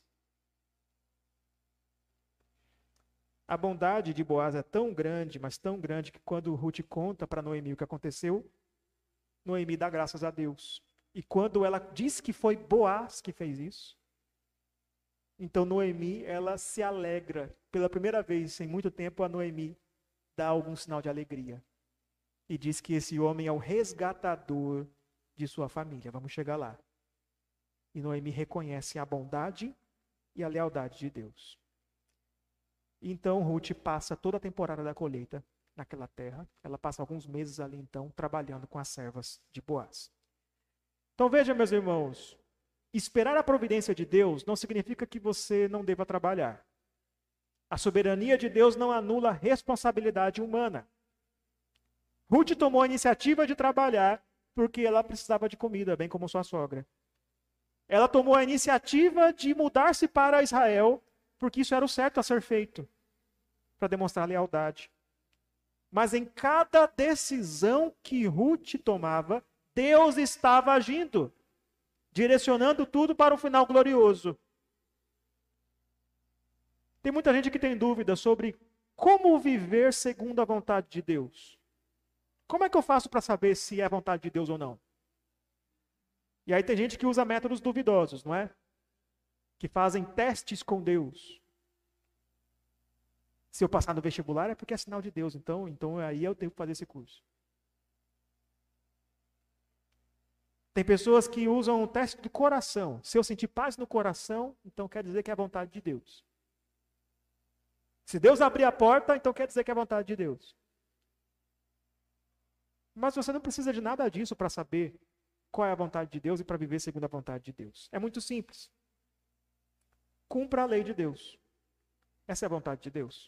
A bondade de Boaz é tão grande, mas tão grande, que quando Ruth conta para Noemi o que aconteceu, Noemi dá graças a Deus. E quando ela diz que foi Boaz que fez isso, então Noemi, ela se alegra. Pela primeira vez em muito tempo, a Noemi dá algum sinal de alegria. E diz que esse homem é o resgatador de sua família. Vamos chegar lá. E Noemi reconhece a bondade e a lealdade de Deus. Então Ruth passa toda a temporada da colheita naquela terra. Ela passa alguns meses ali então trabalhando com as servas de Boaz. Então veja, meus irmãos, esperar a providência de Deus não significa que você não deva trabalhar. A soberania de Deus não anula a responsabilidade humana. Ruth tomou a iniciativa de trabalhar porque ela precisava de comida, bem como sua sogra. Ela tomou a iniciativa de mudar-se para Israel porque isso era o certo a ser feito, para demonstrar lealdade. Mas em cada decisão que Ruth tomava, Deus estava agindo, direcionando tudo para um final glorioso. Tem muita gente que tem dúvida sobre como viver segundo a vontade de Deus. Como é que eu faço para saber se é a vontade de Deus ou não? E aí tem gente que usa métodos duvidosos, não é? Que fazem testes com Deus. Se eu passar no vestibular é porque é sinal de Deus, então, então aí eu devo fazer esse curso. Tem pessoas que usam um teste do coração. Se eu sentir paz no coração, então quer dizer que é a vontade de Deus. Se Deus abrir a porta, então quer dizer que é a vontade de Deus. Mas você não precisa de nada disso para saber qual é a vontade de Deus e para viver segundo a vontade de Deus. É muito simples. Cumpra a lei de Deus. Essa é a vontade de Deus.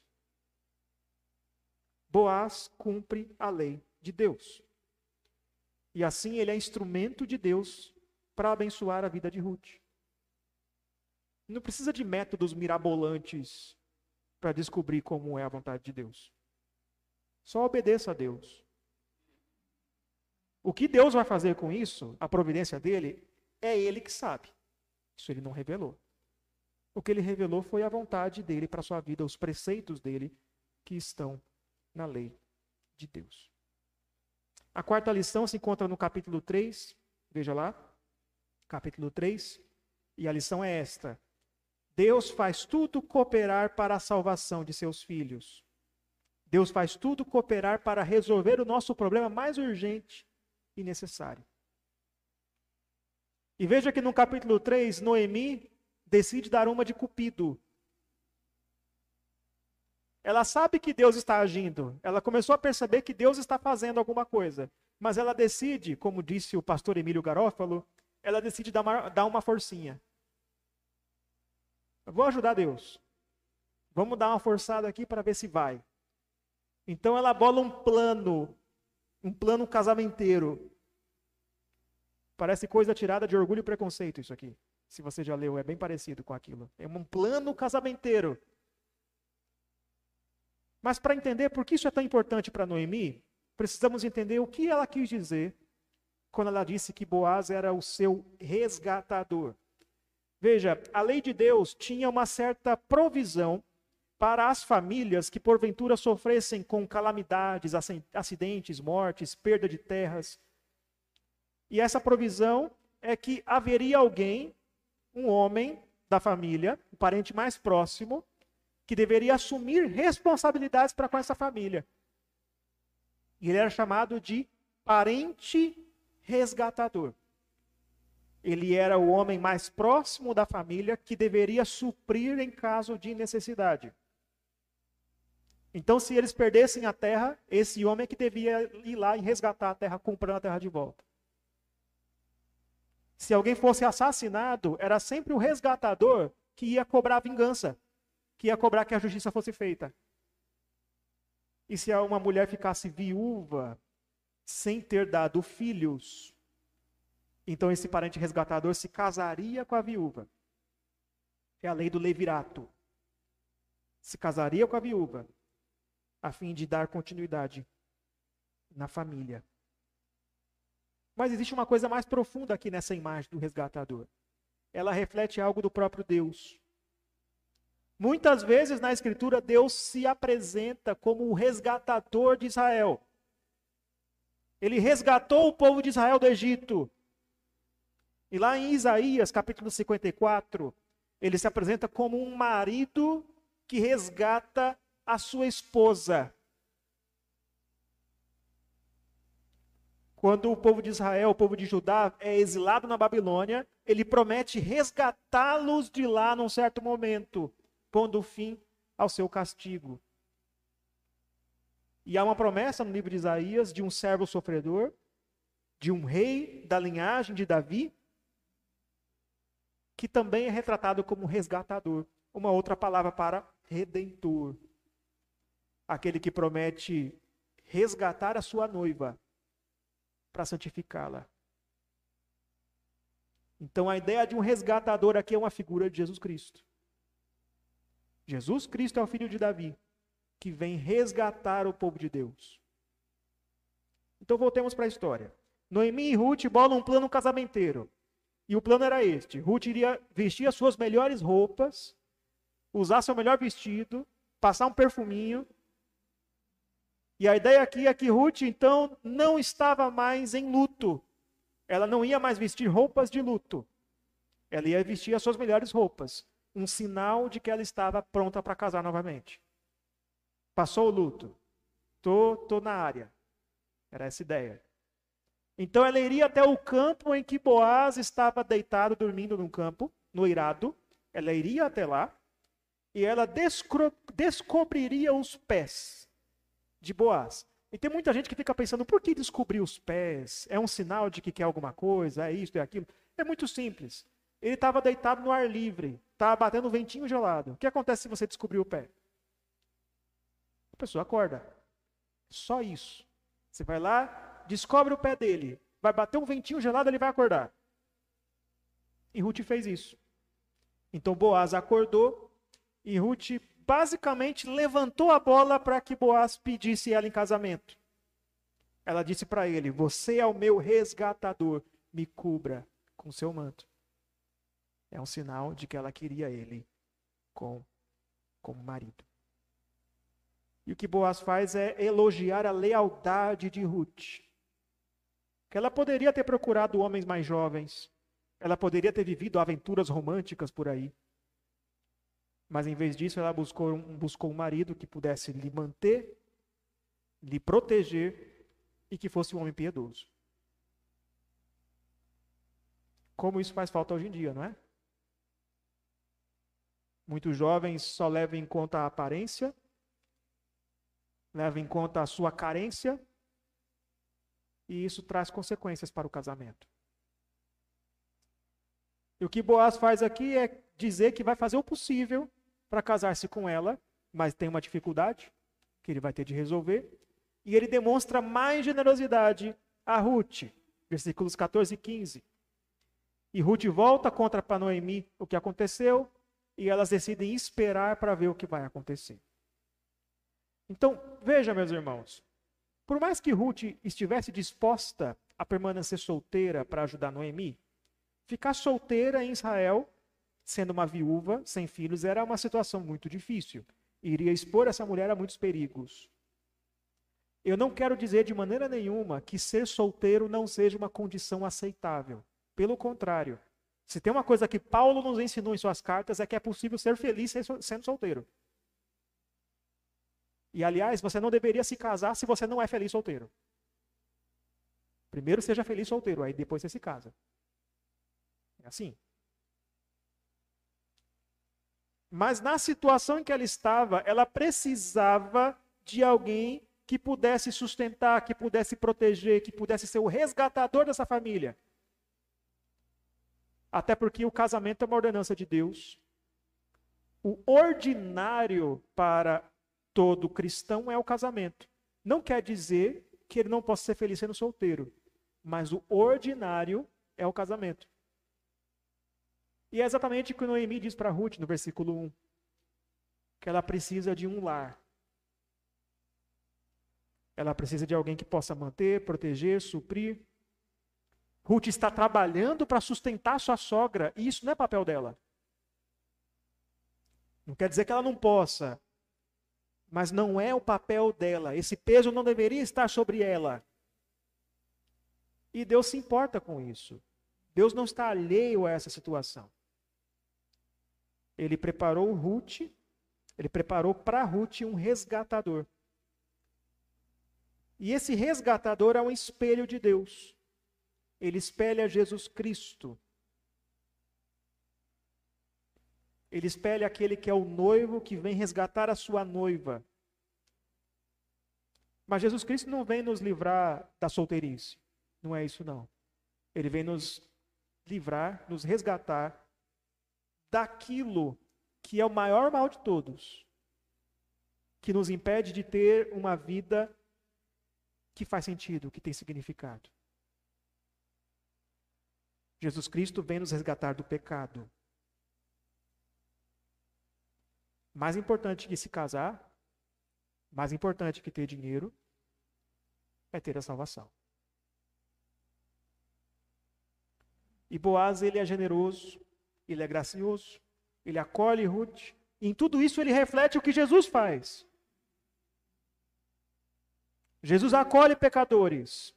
Boaz cumpre a lei de Deus. E assim ele é instrumento de Deus para abençoar a vida de Ruth. Não precisa de métodos mirabolantes para descobrir como é a vontade de Deus. Só obedeça a Deus. O que Deus vai fazer com isso, a providência dele, é ele que sabe. Isso ele não revelou. O que ele revelou foi a vontade dele para a sua vida, os preceitos dele que estão na lei de Deus. A quarta lição se encontra no capítulo três, veja lá, capítulo três, e a lição é esta: Deus faz tudo cooperar para a salvação de seus filhos. Deus faz tudo cooperar para resolver o nosso problema mais urgente e necessário. E veja que no capítulo três, Noemi decide dar uma de Cupido. Ela sabe que Deus está agindo. Ela começou a perceber que Deus está fazendo alguma coisa. Mas ela decide, como disse o pastor Emílio Garófalo, ela decide dar uma, dar uma forcinha. Eu vou ajudar Deus. Vamos dar uma forçada aqui para ver se vai. Então ela bola um plano, um plano casamenteiro. Parece coisa tirada de Orgulho e Preconceito isso aqui. Se você já leu, é bem parecido com aquilo. É um plano casamenteiro. Mas para entender por que isso é tão importante para Noemi, precisamos entender o que ela quis dizer quando ela disse que Boaz era o seu resgatador. Veja, a lei de Deus tinha uma certa provisão para as famílias que porventura sofressem com calamidades, acidentes, mortes, perda de terras. E essa provisão é que haveria alguém, um homem da família, o parente mais próximo, que deveria assumir responsabilidades para com essa família. E ele era chamado de parente resgatador. Ele era o homem mais próximo da família que deveria suprir em caso de necessidade. Então, se eles perdessem a terra, esse homem é que devia ir lá e resgatar a terra, comprando a terra de volta. Se alguém fosse assassinado, era sempre o resgatador que ia cobrar vingança, que ia cobrar que a justiça fosse feita. E se uma mulher ficasse viúva, sem ter dado filhos, então esse parente resgatador se casaria com a viúva. É a lei do levirato. Se casaria com a viúva, a fim de dar continuidade na família. Mas existe uma coisa mais profunda aqui nessa imagem do resgatador. Ela reflete algo do próprio Deus. Muitas vezes na Escritura, Deus se apresenta como o resgatador de Israel. Ele resgatou o povo de Israel do Egito. E lá em Isaías, capítulo cinquenta e quatro, ele se apresenta como um marido que resgata a sua esposa. Quando o povo de Israel, o povo de Judá, é exilado na Babilônia, ele promete resgatá-los de lá num certo momento, pondo fim ao seu castigo. E há uma promessa no livro de Isaías de um servo sofredor, de um rei da linhagem de Davi, que também é retratado como resgatador. Uma outra palavra para redentor. Aquele que promete resgatar a sua noiva para santificá-la. Então a ideia de um resgatador aqui é uma figura de Jesus Cristo. Jesus Cristo é o filho de Davi, que vem resgatar o povo de Deus. Então voltemos para a história. Noemi e Ruth bolam um plano casamenteiro. E o plano era este: Ruth iria vestir as suas melhores roupas, usar seu melhor vestido, passar um perfuminho. E a ideia aqui é que Ruth, então, não estava mais em luto. Ela não ia mais vestir roupas de luto. Ela ia vestir as suas melhores roupas. Um sinal de que ela estava pronta para casar novamente. Passou o luto. Tô, tô na área. Era essa a ideia. Então ela iria até o campo em que Boaz estava deitado, dormindo num campo, no eirado. Ela iria até lá e ela descro- descobriria os pés de Boaz. E tem muita gente que fica pensando, por que descobrir os pés? É um sinal de que quer alguma coisa? É isso, é aquilo? É muito simples. Ele estava deitado no ar livre, estava batendo um ventinho gelado. O que acontece se você descobrir o pé? A pessoa acorda. Só isso. Você vai lá, descobre o pé dele. Vai bater um ventinho gelado, ele vai acordar. E Ruth fez isso. Então Boaz acordou e Ruth basicamente levantou a bola para que Boaz pedisse ela em casamento. Ela disse para ele: você é o meu resgatador, me cubra com seu manto. É um sinal de que ela queria ele com, como marido. E o que Boaz faz é elogiar a lealdade de Ruth. Que ela poderia ter procurado homens mais jovens. Ela poderia ter vivido aventuras românticas por aí. Mas em vez disso, ela buscou um, buscou um marido que pudesse lhe manter, lhe proteger e que fosse um homem piedoso. Como isso faz falta hoje em dia, não é? Muitos jovens só levam em conta a aparência leva em conta a sua carência, e isso traz consequências para o casamento. E o que Boaz faz aqui é dizer que vai fazer o possível para casar-se com ela, mas tem uma dificuldade que ele vai ter de resolver. E ele demonstra mais generosidade a Ruth, versículos catorze e quinze. E Ruth volta contra para Noemi o que aconteceu, e elas decidem esperar para ver o que vai acontecer. Então, veja, meus irmãos, por mais que Ruth estivesse disposta a permanecer solteira para ajudar Noemi, ficar solteira em Israel, sendo uma viúva, sem filhos, era uma situação muito difícil. Iria expor essa mulher a muitos perigos. Eu não quero dizer de maneira nenhuma que ser solteiro não seja uma condição aceitável. Pelo contrário, se tem uma coisa que Paulo nos ensinou em suas cartas, é que é possível ser feliz sendo solteiro. E, aliás, você não deveria se casar se você não é feliz solteiro. Primeiro seja feliz solteiro, aí depois você se casa. É assim. Mas na situação em que ela estava, ela precisava de alguém que pudesse sustentar, que pudesse proteger, que pudesse ser o resgatador dessa família. Até porque o casamento é uma ordenança de Deus. O ordinário para todo cristão é o casamento. Não quer dizer que ele não possa ser feliz sendo solteiro, mas o ordinário é o casamento. E é exatamente o que Noemi diz para Ruth no versículo um, que ela precisa de um lar. Ela precisa de alguém que possa manter, proteger, suprir. Ruth está trabalhando para sustentar sua sogra, e isso não é papel dela. Não quer dizer que ela não possa, mas não é o papel dela. Esse peso não deveria estar sobre ela. E Deus se importa com isso. Deus não está alheio a essa situação. Ele preparou Ruth, ele preparou para Ruth um resgatador. E esse resgatador é um espelho de Deus. Ele espelha Jesus Cristo. Ele espelha aquele que é o noivo que vem resgatar a sua noiva. Mas Jesus Cristo não vem nos livrar da solteirice. Não é isso, não. Ele vem nos livrar, nos resgatar daquilo que é o maior mal de todos, que nos impede de ter uma vida que faz sentido, que tem significado. Jesus Cristo vem nos resgatar do pecado. Mais importante que se casar, mais importante que ter dinheiro, é ter a salvação. E Boaz, ele é generoso, ele é gracioso, ele acolhe Ruth, e em tudo isso ele reflete o que Jesus faz. Jesus acolhe pecadores.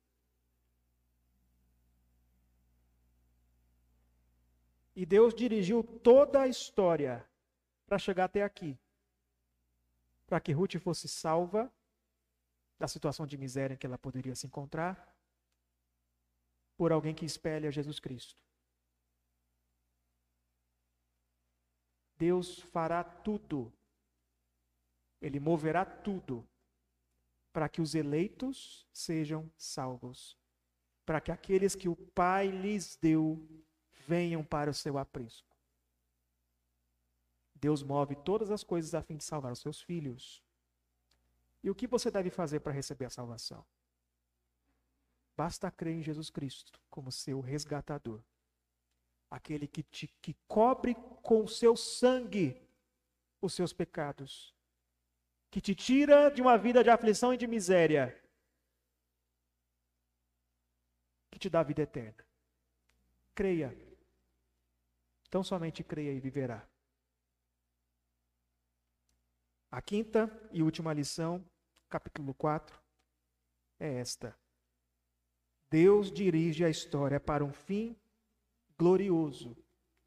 E Deus dirigiu toda a história para chegar até aqui. Para que Ruth fosse salva da situação de miséria em que ela poderia se encontrar, por alguém que espelha Jesus Cristo. Deus fará tudo, Ele moverá tudo, para que os eleitos sejam salvos, para que aqueles que o Pai lhes deu venham para o seu aprisco. Deus move todas as coisas a fim de salvar os seus filhos. E o que você deve fazer para receber a salvação? Basta crer em Jesus Cristo como seu resgatador. Aquele que te que cobre com o seu sangue os seus pecados. Que te tira de uma vida de aflição e de miséria. Que te dá a vida eterna. Creia. Então somente creia e viverá. A quinta e última lição, capítulo quatro, é esta. Deus dirige a história para um fim glorioso.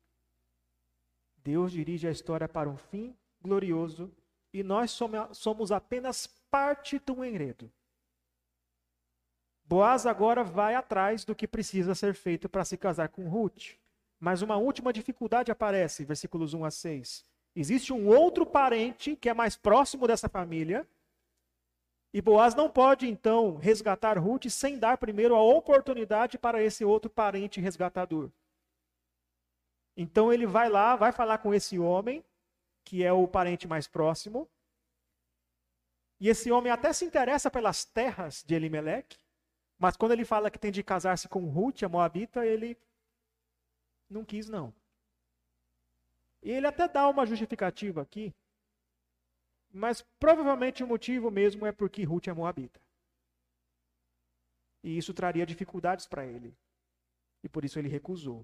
Deus dirige a história para um fim glorioso e nós somos apenas parte do enredo. Boaz agora vai atrás do que precisa ser feito para se casar com Ruth. Mas uma última dificuldade aparece, versículos um a seis. Existe um outro parente que é mais próximo dessa família, E Boaz não pode, então, resgatar Ruth sem dar primeiro a oportunidade para esse outro parente resgatador. Então ele vai lá, vai falar com esse homem, que é o parente mais próximo. E esse homem até se interessa pelas terras de Elimeleque, mas quando ele fala que tem de casar-se com Ruth, a moabita, ele não quis não. E ele até dá uma justificativa aqui, mas provavelmente o motivo mesmo é porque Ruth é moabita. E isso traria dificuldades para ele. E por isso ele recusou.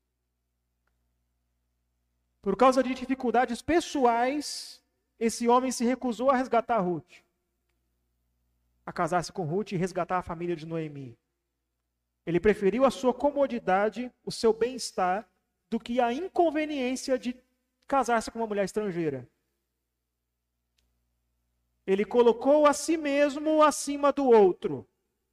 Por causa de dificuldades pessoais, esse homem se recusou a resgatar Ruth, a casar-se com Ruth e resgatar a família de Noemi. Ele preferiu a sua comodidade, o seu bem-estar, do que a inconveniência de casar-se com uma mulher estrangeira. Ele colocou a si mesmo acima do outro.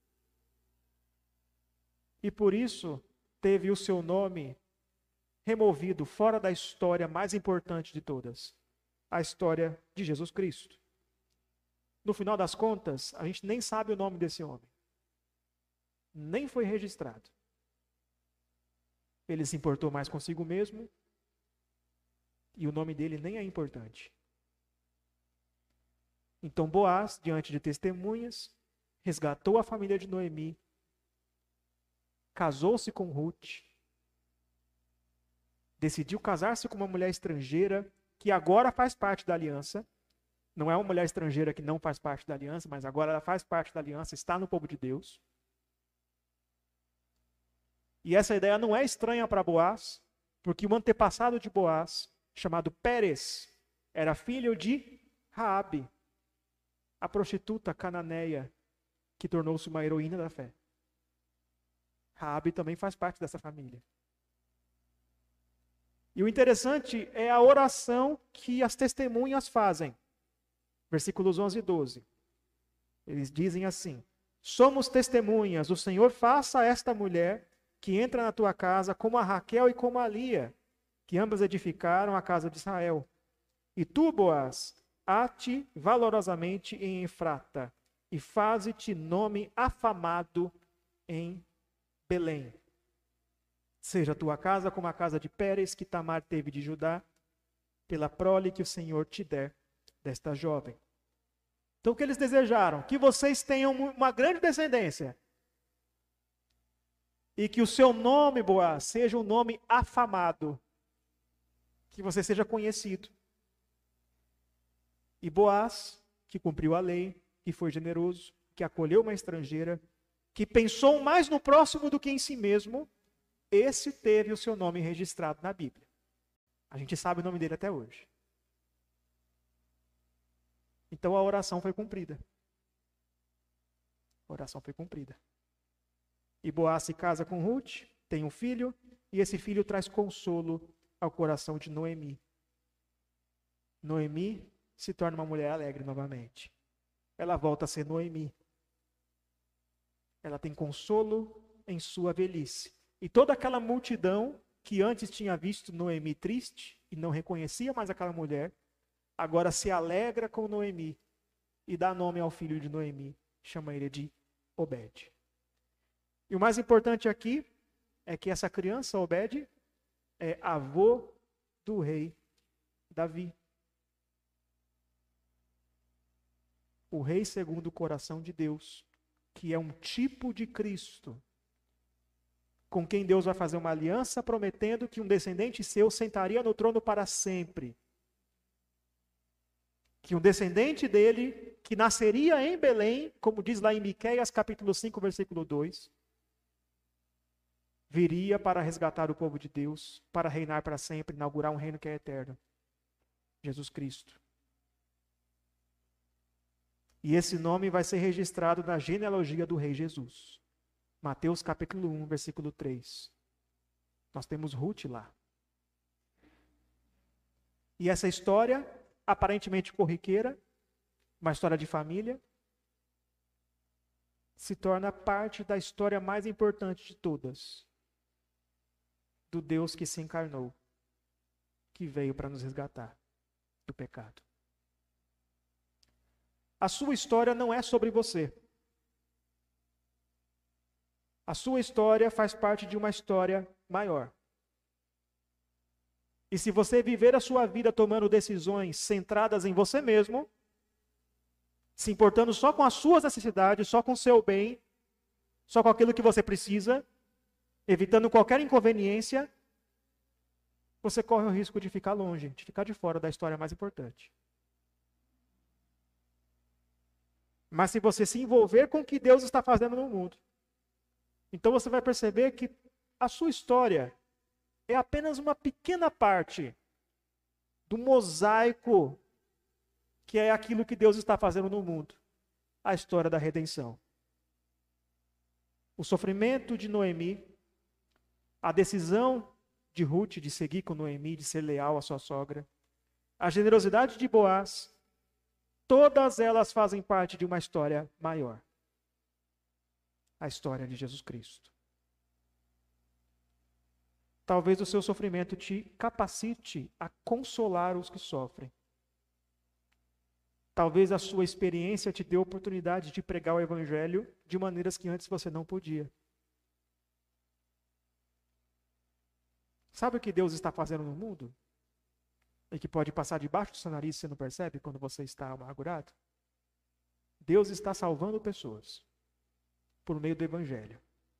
E por isso teve o seu nome removido fora da história mais importante de todas, a história de Jesus Cristo. No final das contas, a gente nem sabe o nome desse homem. Nem foi registrado. Ele se importou mais consigo mesmo e o nome dele nem é importante. Então Boaz, diante de testemunhas, resgatou a família de Noemi, casou-se com Ruth, decidiu casar-se com uma mulher estrangeira que agora faz parte da aliança. Não é uma mulher estrangeira que não faz parte da aliança, mas agora ela faz parte da aliança, está no povo de Deus. E essa ideia não é estranha para Boaz, porque o antepassado de Boaz, chamado Pérez, era filho de Raabe, a prostituta cananeia que tornou-se uma heroína da fé. Raabe também faz parte dessa família. E o interessante é a oração que as testemunhas fazem. Versículos onze e doze. Eles dizem assim: somos testemunhas, o Senhor faça a esta mulher que entra na tua casa como a Raquel e como a Lia, que ambas edificaram a casa de Israel. E tu, Boaz, ate valorosamente em Efrata, e faze-te nome afamado em Belém. Seja a tua casa como a casa de Pérez, que Tamar teve de Judá, pela prole que o Senhor te der desta jovem. Então o que eles desejaram? Que vocês tenham uma grande descendência. E que o seu nome, Boaz, seja um nome afamado. Que você seja conhecido. E Boaz, que cumpriu a lei, que foi generoso, que acolheu uma estrangeira, que pensou mais no próximo do que em si mesmo, esse teve o seu nome registrado na Bíblia. A gente sabe o nome dele até hoje. Então a oração foi cumprida. A oração foi cumprida. E Boaz se casa com Ruth, tem um filho, e esse filho traz consolo ao coração de Noemi. Noemi se torna uma mulher alegre novamente. Ela volta a ser Noemi. Ela tem consolo em sua velhice. E toda aquela multidão que antes tinha visto Noemi triste e não reconhecia mais aquela mulher, agora se alegra com Noemi e dá nome ao filho de Noemi, chama ele de Obed. E o mais importante aqui é que essa criança, Obed, é avô do rei Davi. O rei segundo o coração de Deus, que é um tipo de Cristo, com quem Deus vai fazer uma aliança, prometendo que um descendente seu sentaria no trono para sempre. Que um descendente dele, que nasceria em Belém, como diz lá em Miqueias capítulo cinco, versículo dois, viria para resgatar o povo de Deus, para reinar para sempre, inaugurar um reino que é eterno. Jesus Cristo. E esse nome vai ser registrado na genealogia do rei Jesus. Mateus capítulo um, versículo três. Nós temos Ruth lá. E essa história, aparentemente corriqueira, uma história de família, se torna parte da história mais importante de todas. Do Deus que se encarnou, que veio para nos resgatar do pecado. A sua história não é sobre você. A sua história faz parte de uma história maior. E se você viver a sua vida tomando decisões centradas em você mesmo, se importando só com as suas necessidades, só com o seu bem, só com aquilo que você precisa, evitando qualquer inconveniência, você corre o risco de ficar longe, de ficar de fora da história mais importante. Mas se você se envolver com o que Deus está fazendo no mundo, então você vai perceber que a sua história é apenas uma pequena parte do mosaico que é aquilo que Deus está fazendo no mundo, a história da redenção. O sofrimento de Noemi, a decisão de Ruth de seguir com Noemi, de ser leal à sua sogra, a generosidade de Boaz, todas elas fazem parte de uma história maior. A história de Jesus Cristo. Talvez o seu sofrimento te capacite a consolar os que sofrem. Talvez a sua experiência te dê a oportunidade de pregar o evangelho de maneiras que antes você não podia. Sabe o que Deus está fazendo no mundo? E que pode passar debaixo do seu nariz e você não percebe quando você está amargurado? Deus está salvando pessoas por meio do evangelho.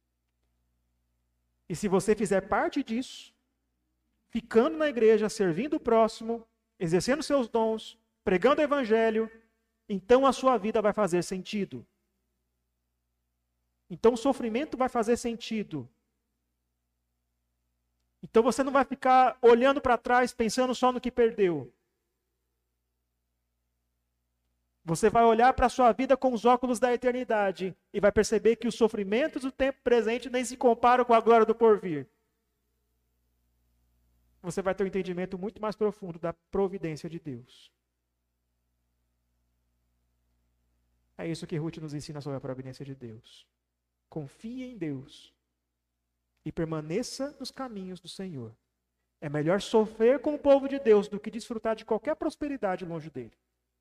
E se você fizer parte disso, ficando na igreja, servindo o próximo, exercendo seus dons, pregando o evangelho, então a sua vida vai fazer sentido. Então o sofrimento vai fazer sentido. Então você não vai ficar olhando para trás, pensando só no que perdeu. Você vai olhar para a sua vida com os óculos da eternidade e vai perceber que os sofrimentos do tempo presente nem se comparam com a glória do porvir. Você vai ter um entendimento muito mais profundo da providência de Deus. É isso que Ruth nos ensina sobre a providência de Deus. Confie em Deus e permaneça nos caminhos do Senhor. É melhor sofrer com o povo de Deus do que desfrutar de qualquer prosperidade longe dele.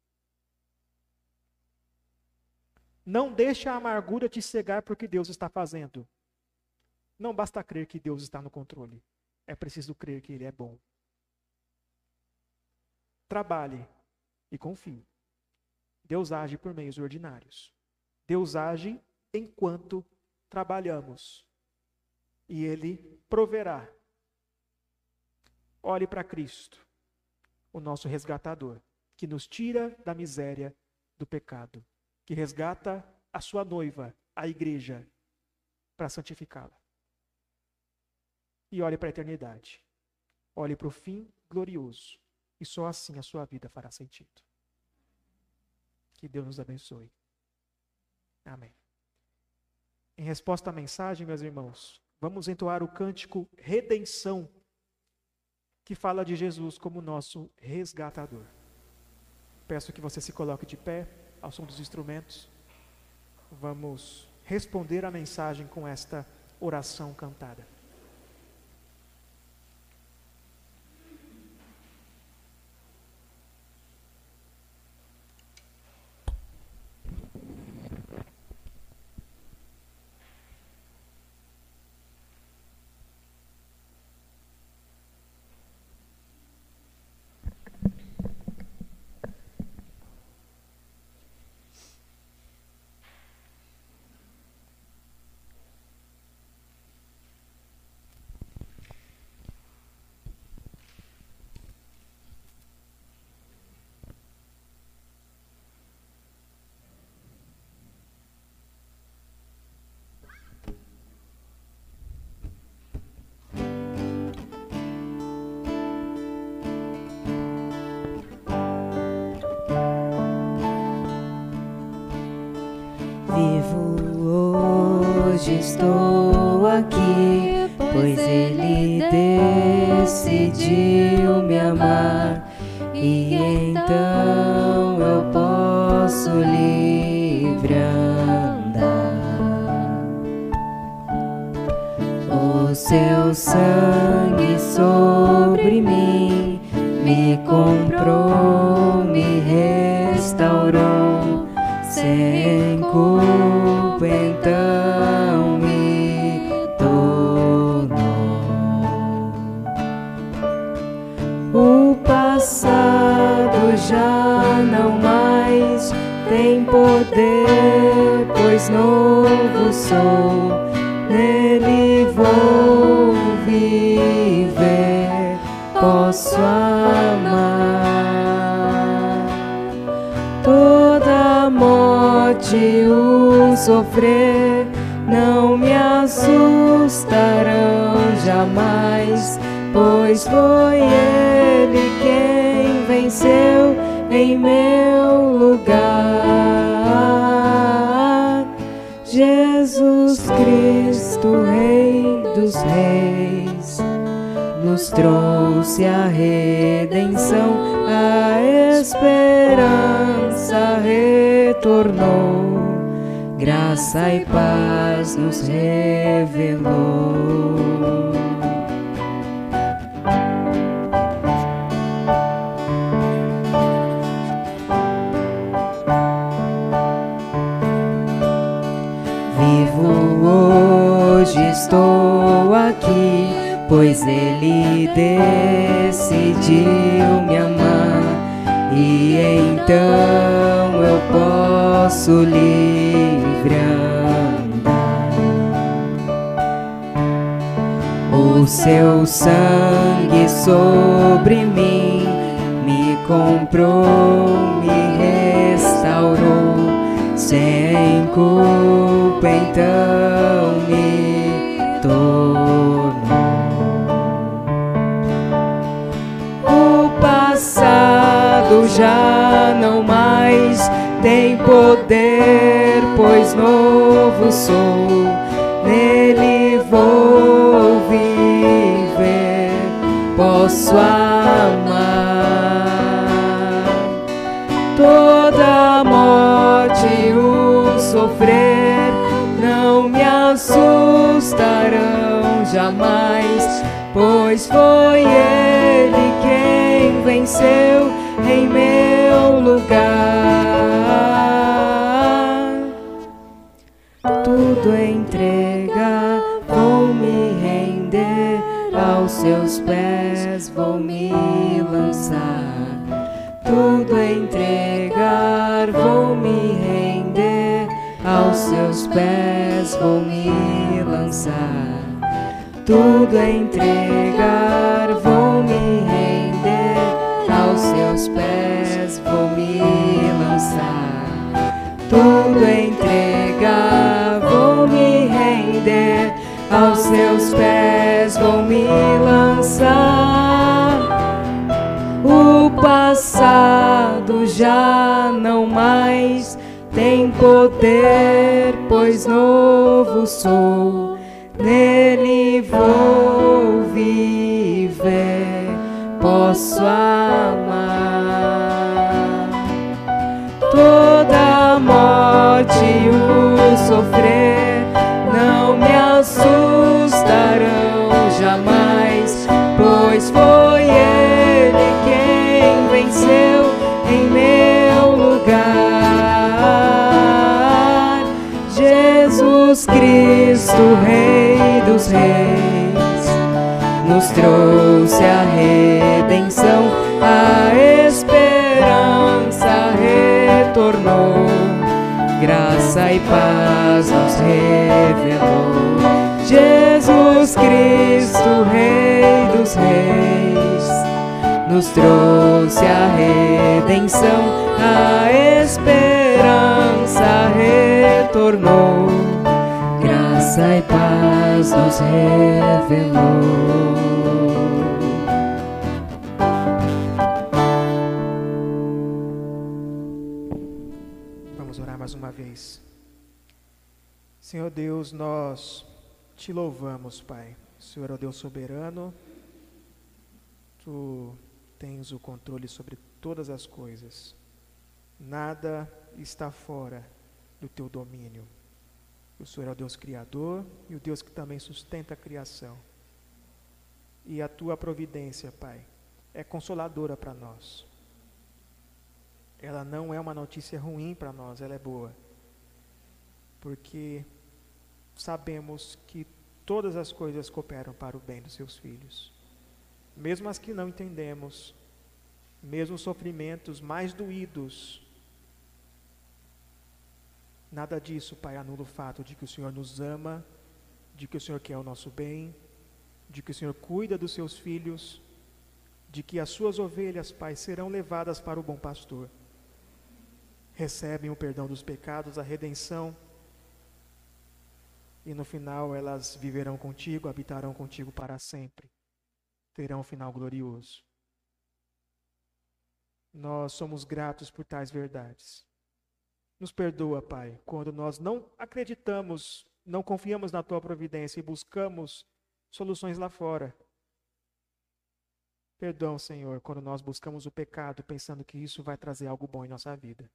Não deixe a amargura te cegar por que Deus está fazendo. Não basta crer que Deus está no controle. É preciso crer que Ele é bom. Trabalhe e confie. Deus age por meios ordinários. Deus age enquanto trabalhamos. E Ele proverá. Olhe para Cristo, o nosso resgatador, que nos tira da miséria do pecado, que resgata a sua noiva, a igreja, para santificá-la. E olhe para a eternidade. Olhe para o fim glorioso. E só assim a sua vida fará sentido. Que Deus nos abençoe. Amém. Em resposta à mensagem, meus irmãos, vamos entoar o cântico Redenção, que fala de Jesus como nosso resgatador. Peço que você se coloque de pé, ao som dos instrumentos. Vamos responder à mensagem com esta oração cantada. Hoje estou aqui, pois Ele decidiu me amar, e então eu posso livre andar. O seu sangue sobre mim me comprou, me restaurou. poder, pois novo sou, nele vou viver, posso amar. Toda morte e o sofrer não me assustarão jamais, pois foi Ele quem venceu em meu lugar. Jesus Cristo, Rei dos Reis, nos trouxe a redenção, a esperança retornou, graça e paz nos revelou. Vivo hoje, estou aqui, pois Ele decidiu me amar, e então eu posso livre andar. O seu sangue sobre mim me comprou, me restaurou, sem culpa então me tornou. O passado já não mais tem poder, pois novo sou, nele vou viver, posso amar. Toda morte e o sofrer não me assustarão jamais, pois foi Ele quem venceu em meu lugar. Tudo entregar, vou me render, aos seus pés vou me lançar. Tudo entregar, vou me render, aos seus pés vou me lançar. Tudo entregar, vou me render, aos seus pés vou me lançar. Tudo entregar, vou me render, aos seus pés vou me lançar. O passado já não mais tem poder, pois novo sou, nele vou viver, posso amar. Toda morte e o sofrer não me assustarão jamais, pois foi Ele quem venceu em meu lugar. Jesus Cristo, Rei dos Reis, nos trouxe a redenção, a esperança retornou, graça e paz nos revelou. Jesus Cristo, Rei dos Reis, nos trouxe a redenção, a esperança retornou, graça e paz nos revelou. Vamos orar mais uma vez. Senhor Deus, nós te louvamos, Pai. O Senhor é o Deus soberano. Tu tens o controle sobre todas as coisas. Nada está fora do teu domínio. O Senhor é o Deus criador e o Deus que também sustenta a criação. E a tua providência, Pai, é consoladora para nós. Ela não é uma notícia ruim para nós, ela é boa. Porque sabemos que todas as coisas cooperam para o bem dos seus filhos. Mesmo as que não entendemos, mesmo os sofrimentos mais doídos, Nada disso, Pai, anula o fato de que o Senhor nos ama, de que o Senhor quer o nosso bem, de que o Senhor cuida dos seus filhos, de que as suas ovelhas, Pai, serão levadas para o bom pastor. Recebem o perdão dos pecados, a redenção, e no final elas viverão contigo, habitarão contigo para sempre. Terão um final glorioso. Nós somos gratos por tais verdades. Nos perdoa, Pai, quando nós não acreditamos, não confiamos na Tua providência e buscamos soluções lá fora. Perdão, Senhor, quando nós buscamos o pecado pensando que isso vai trazer algo bom em nossa vida.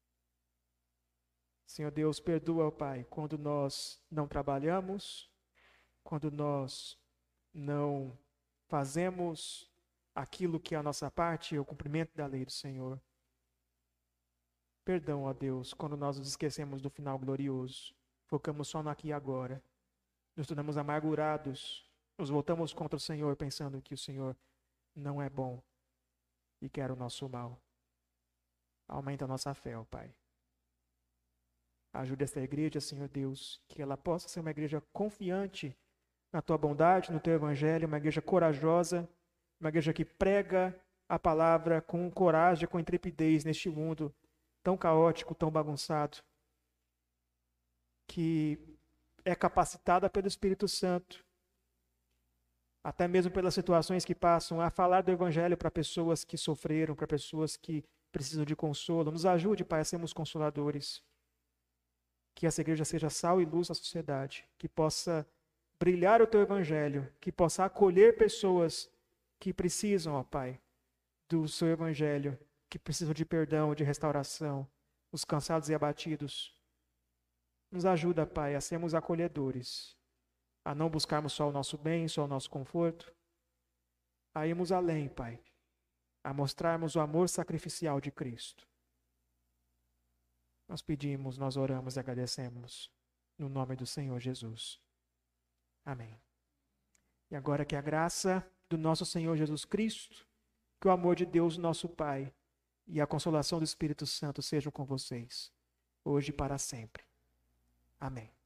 Senhor Deus, perdoa, Pai, quando nós não trabalhamos, quando nós não fazemos aquilo que é a nossa parte, o cumprimento da lei do Senhor. Perdão, ó Deus, quando nós nos esquecemos do final glorioso, focamos só no aqui e agora, nos tornamos amargurados, nos voltamos contra o Senhor pensando que o Senhor não é bom e quer o nosso mal. Aumenta a nossa fé, ó Pai. Ajude esta igreja, Senhor Deus, que ela possa ser uma igreja confiante na Tua bondade, no Teu Evangelho, uma igreja corajosa, uma igreja que prega a palavra com coragem, com intrepidez neste mundo tão caótico, tão bagunçado, que é capacitada pelo Espírito Santo, até mesmo pelas situações que passam, a falar do Evangelho para pessoas que sofreram, para pessoas que precisam de consolo. Nos ajude, Pai, a sermos consoladores. Que essa igreja seja sal e luz na sociedade, que possa brilhar o Teu Evangelho, que possa acolher pessoas que precisam, ó Pai, do Seu Evangelho, que precisam de perdão, de restauração, os cansados e abatidos. Nos ajuda, Pai, a sermos acolhedores, a não buscarmos só o nosso bem, só o nosso conforto, a irmos além, Pai, a mostrarmos o amor sacrificial de Cristo. Nós pedimos, nós oramos e agradecemos, no nome do Senhor Jesus. Amém. E agora que a graça do nosso Senhor Jesus Cristo, que o amor de Deus, nosso Pai, e a consolação do Espírito Santo sejam com vocês, hoje e para sempre. Amém.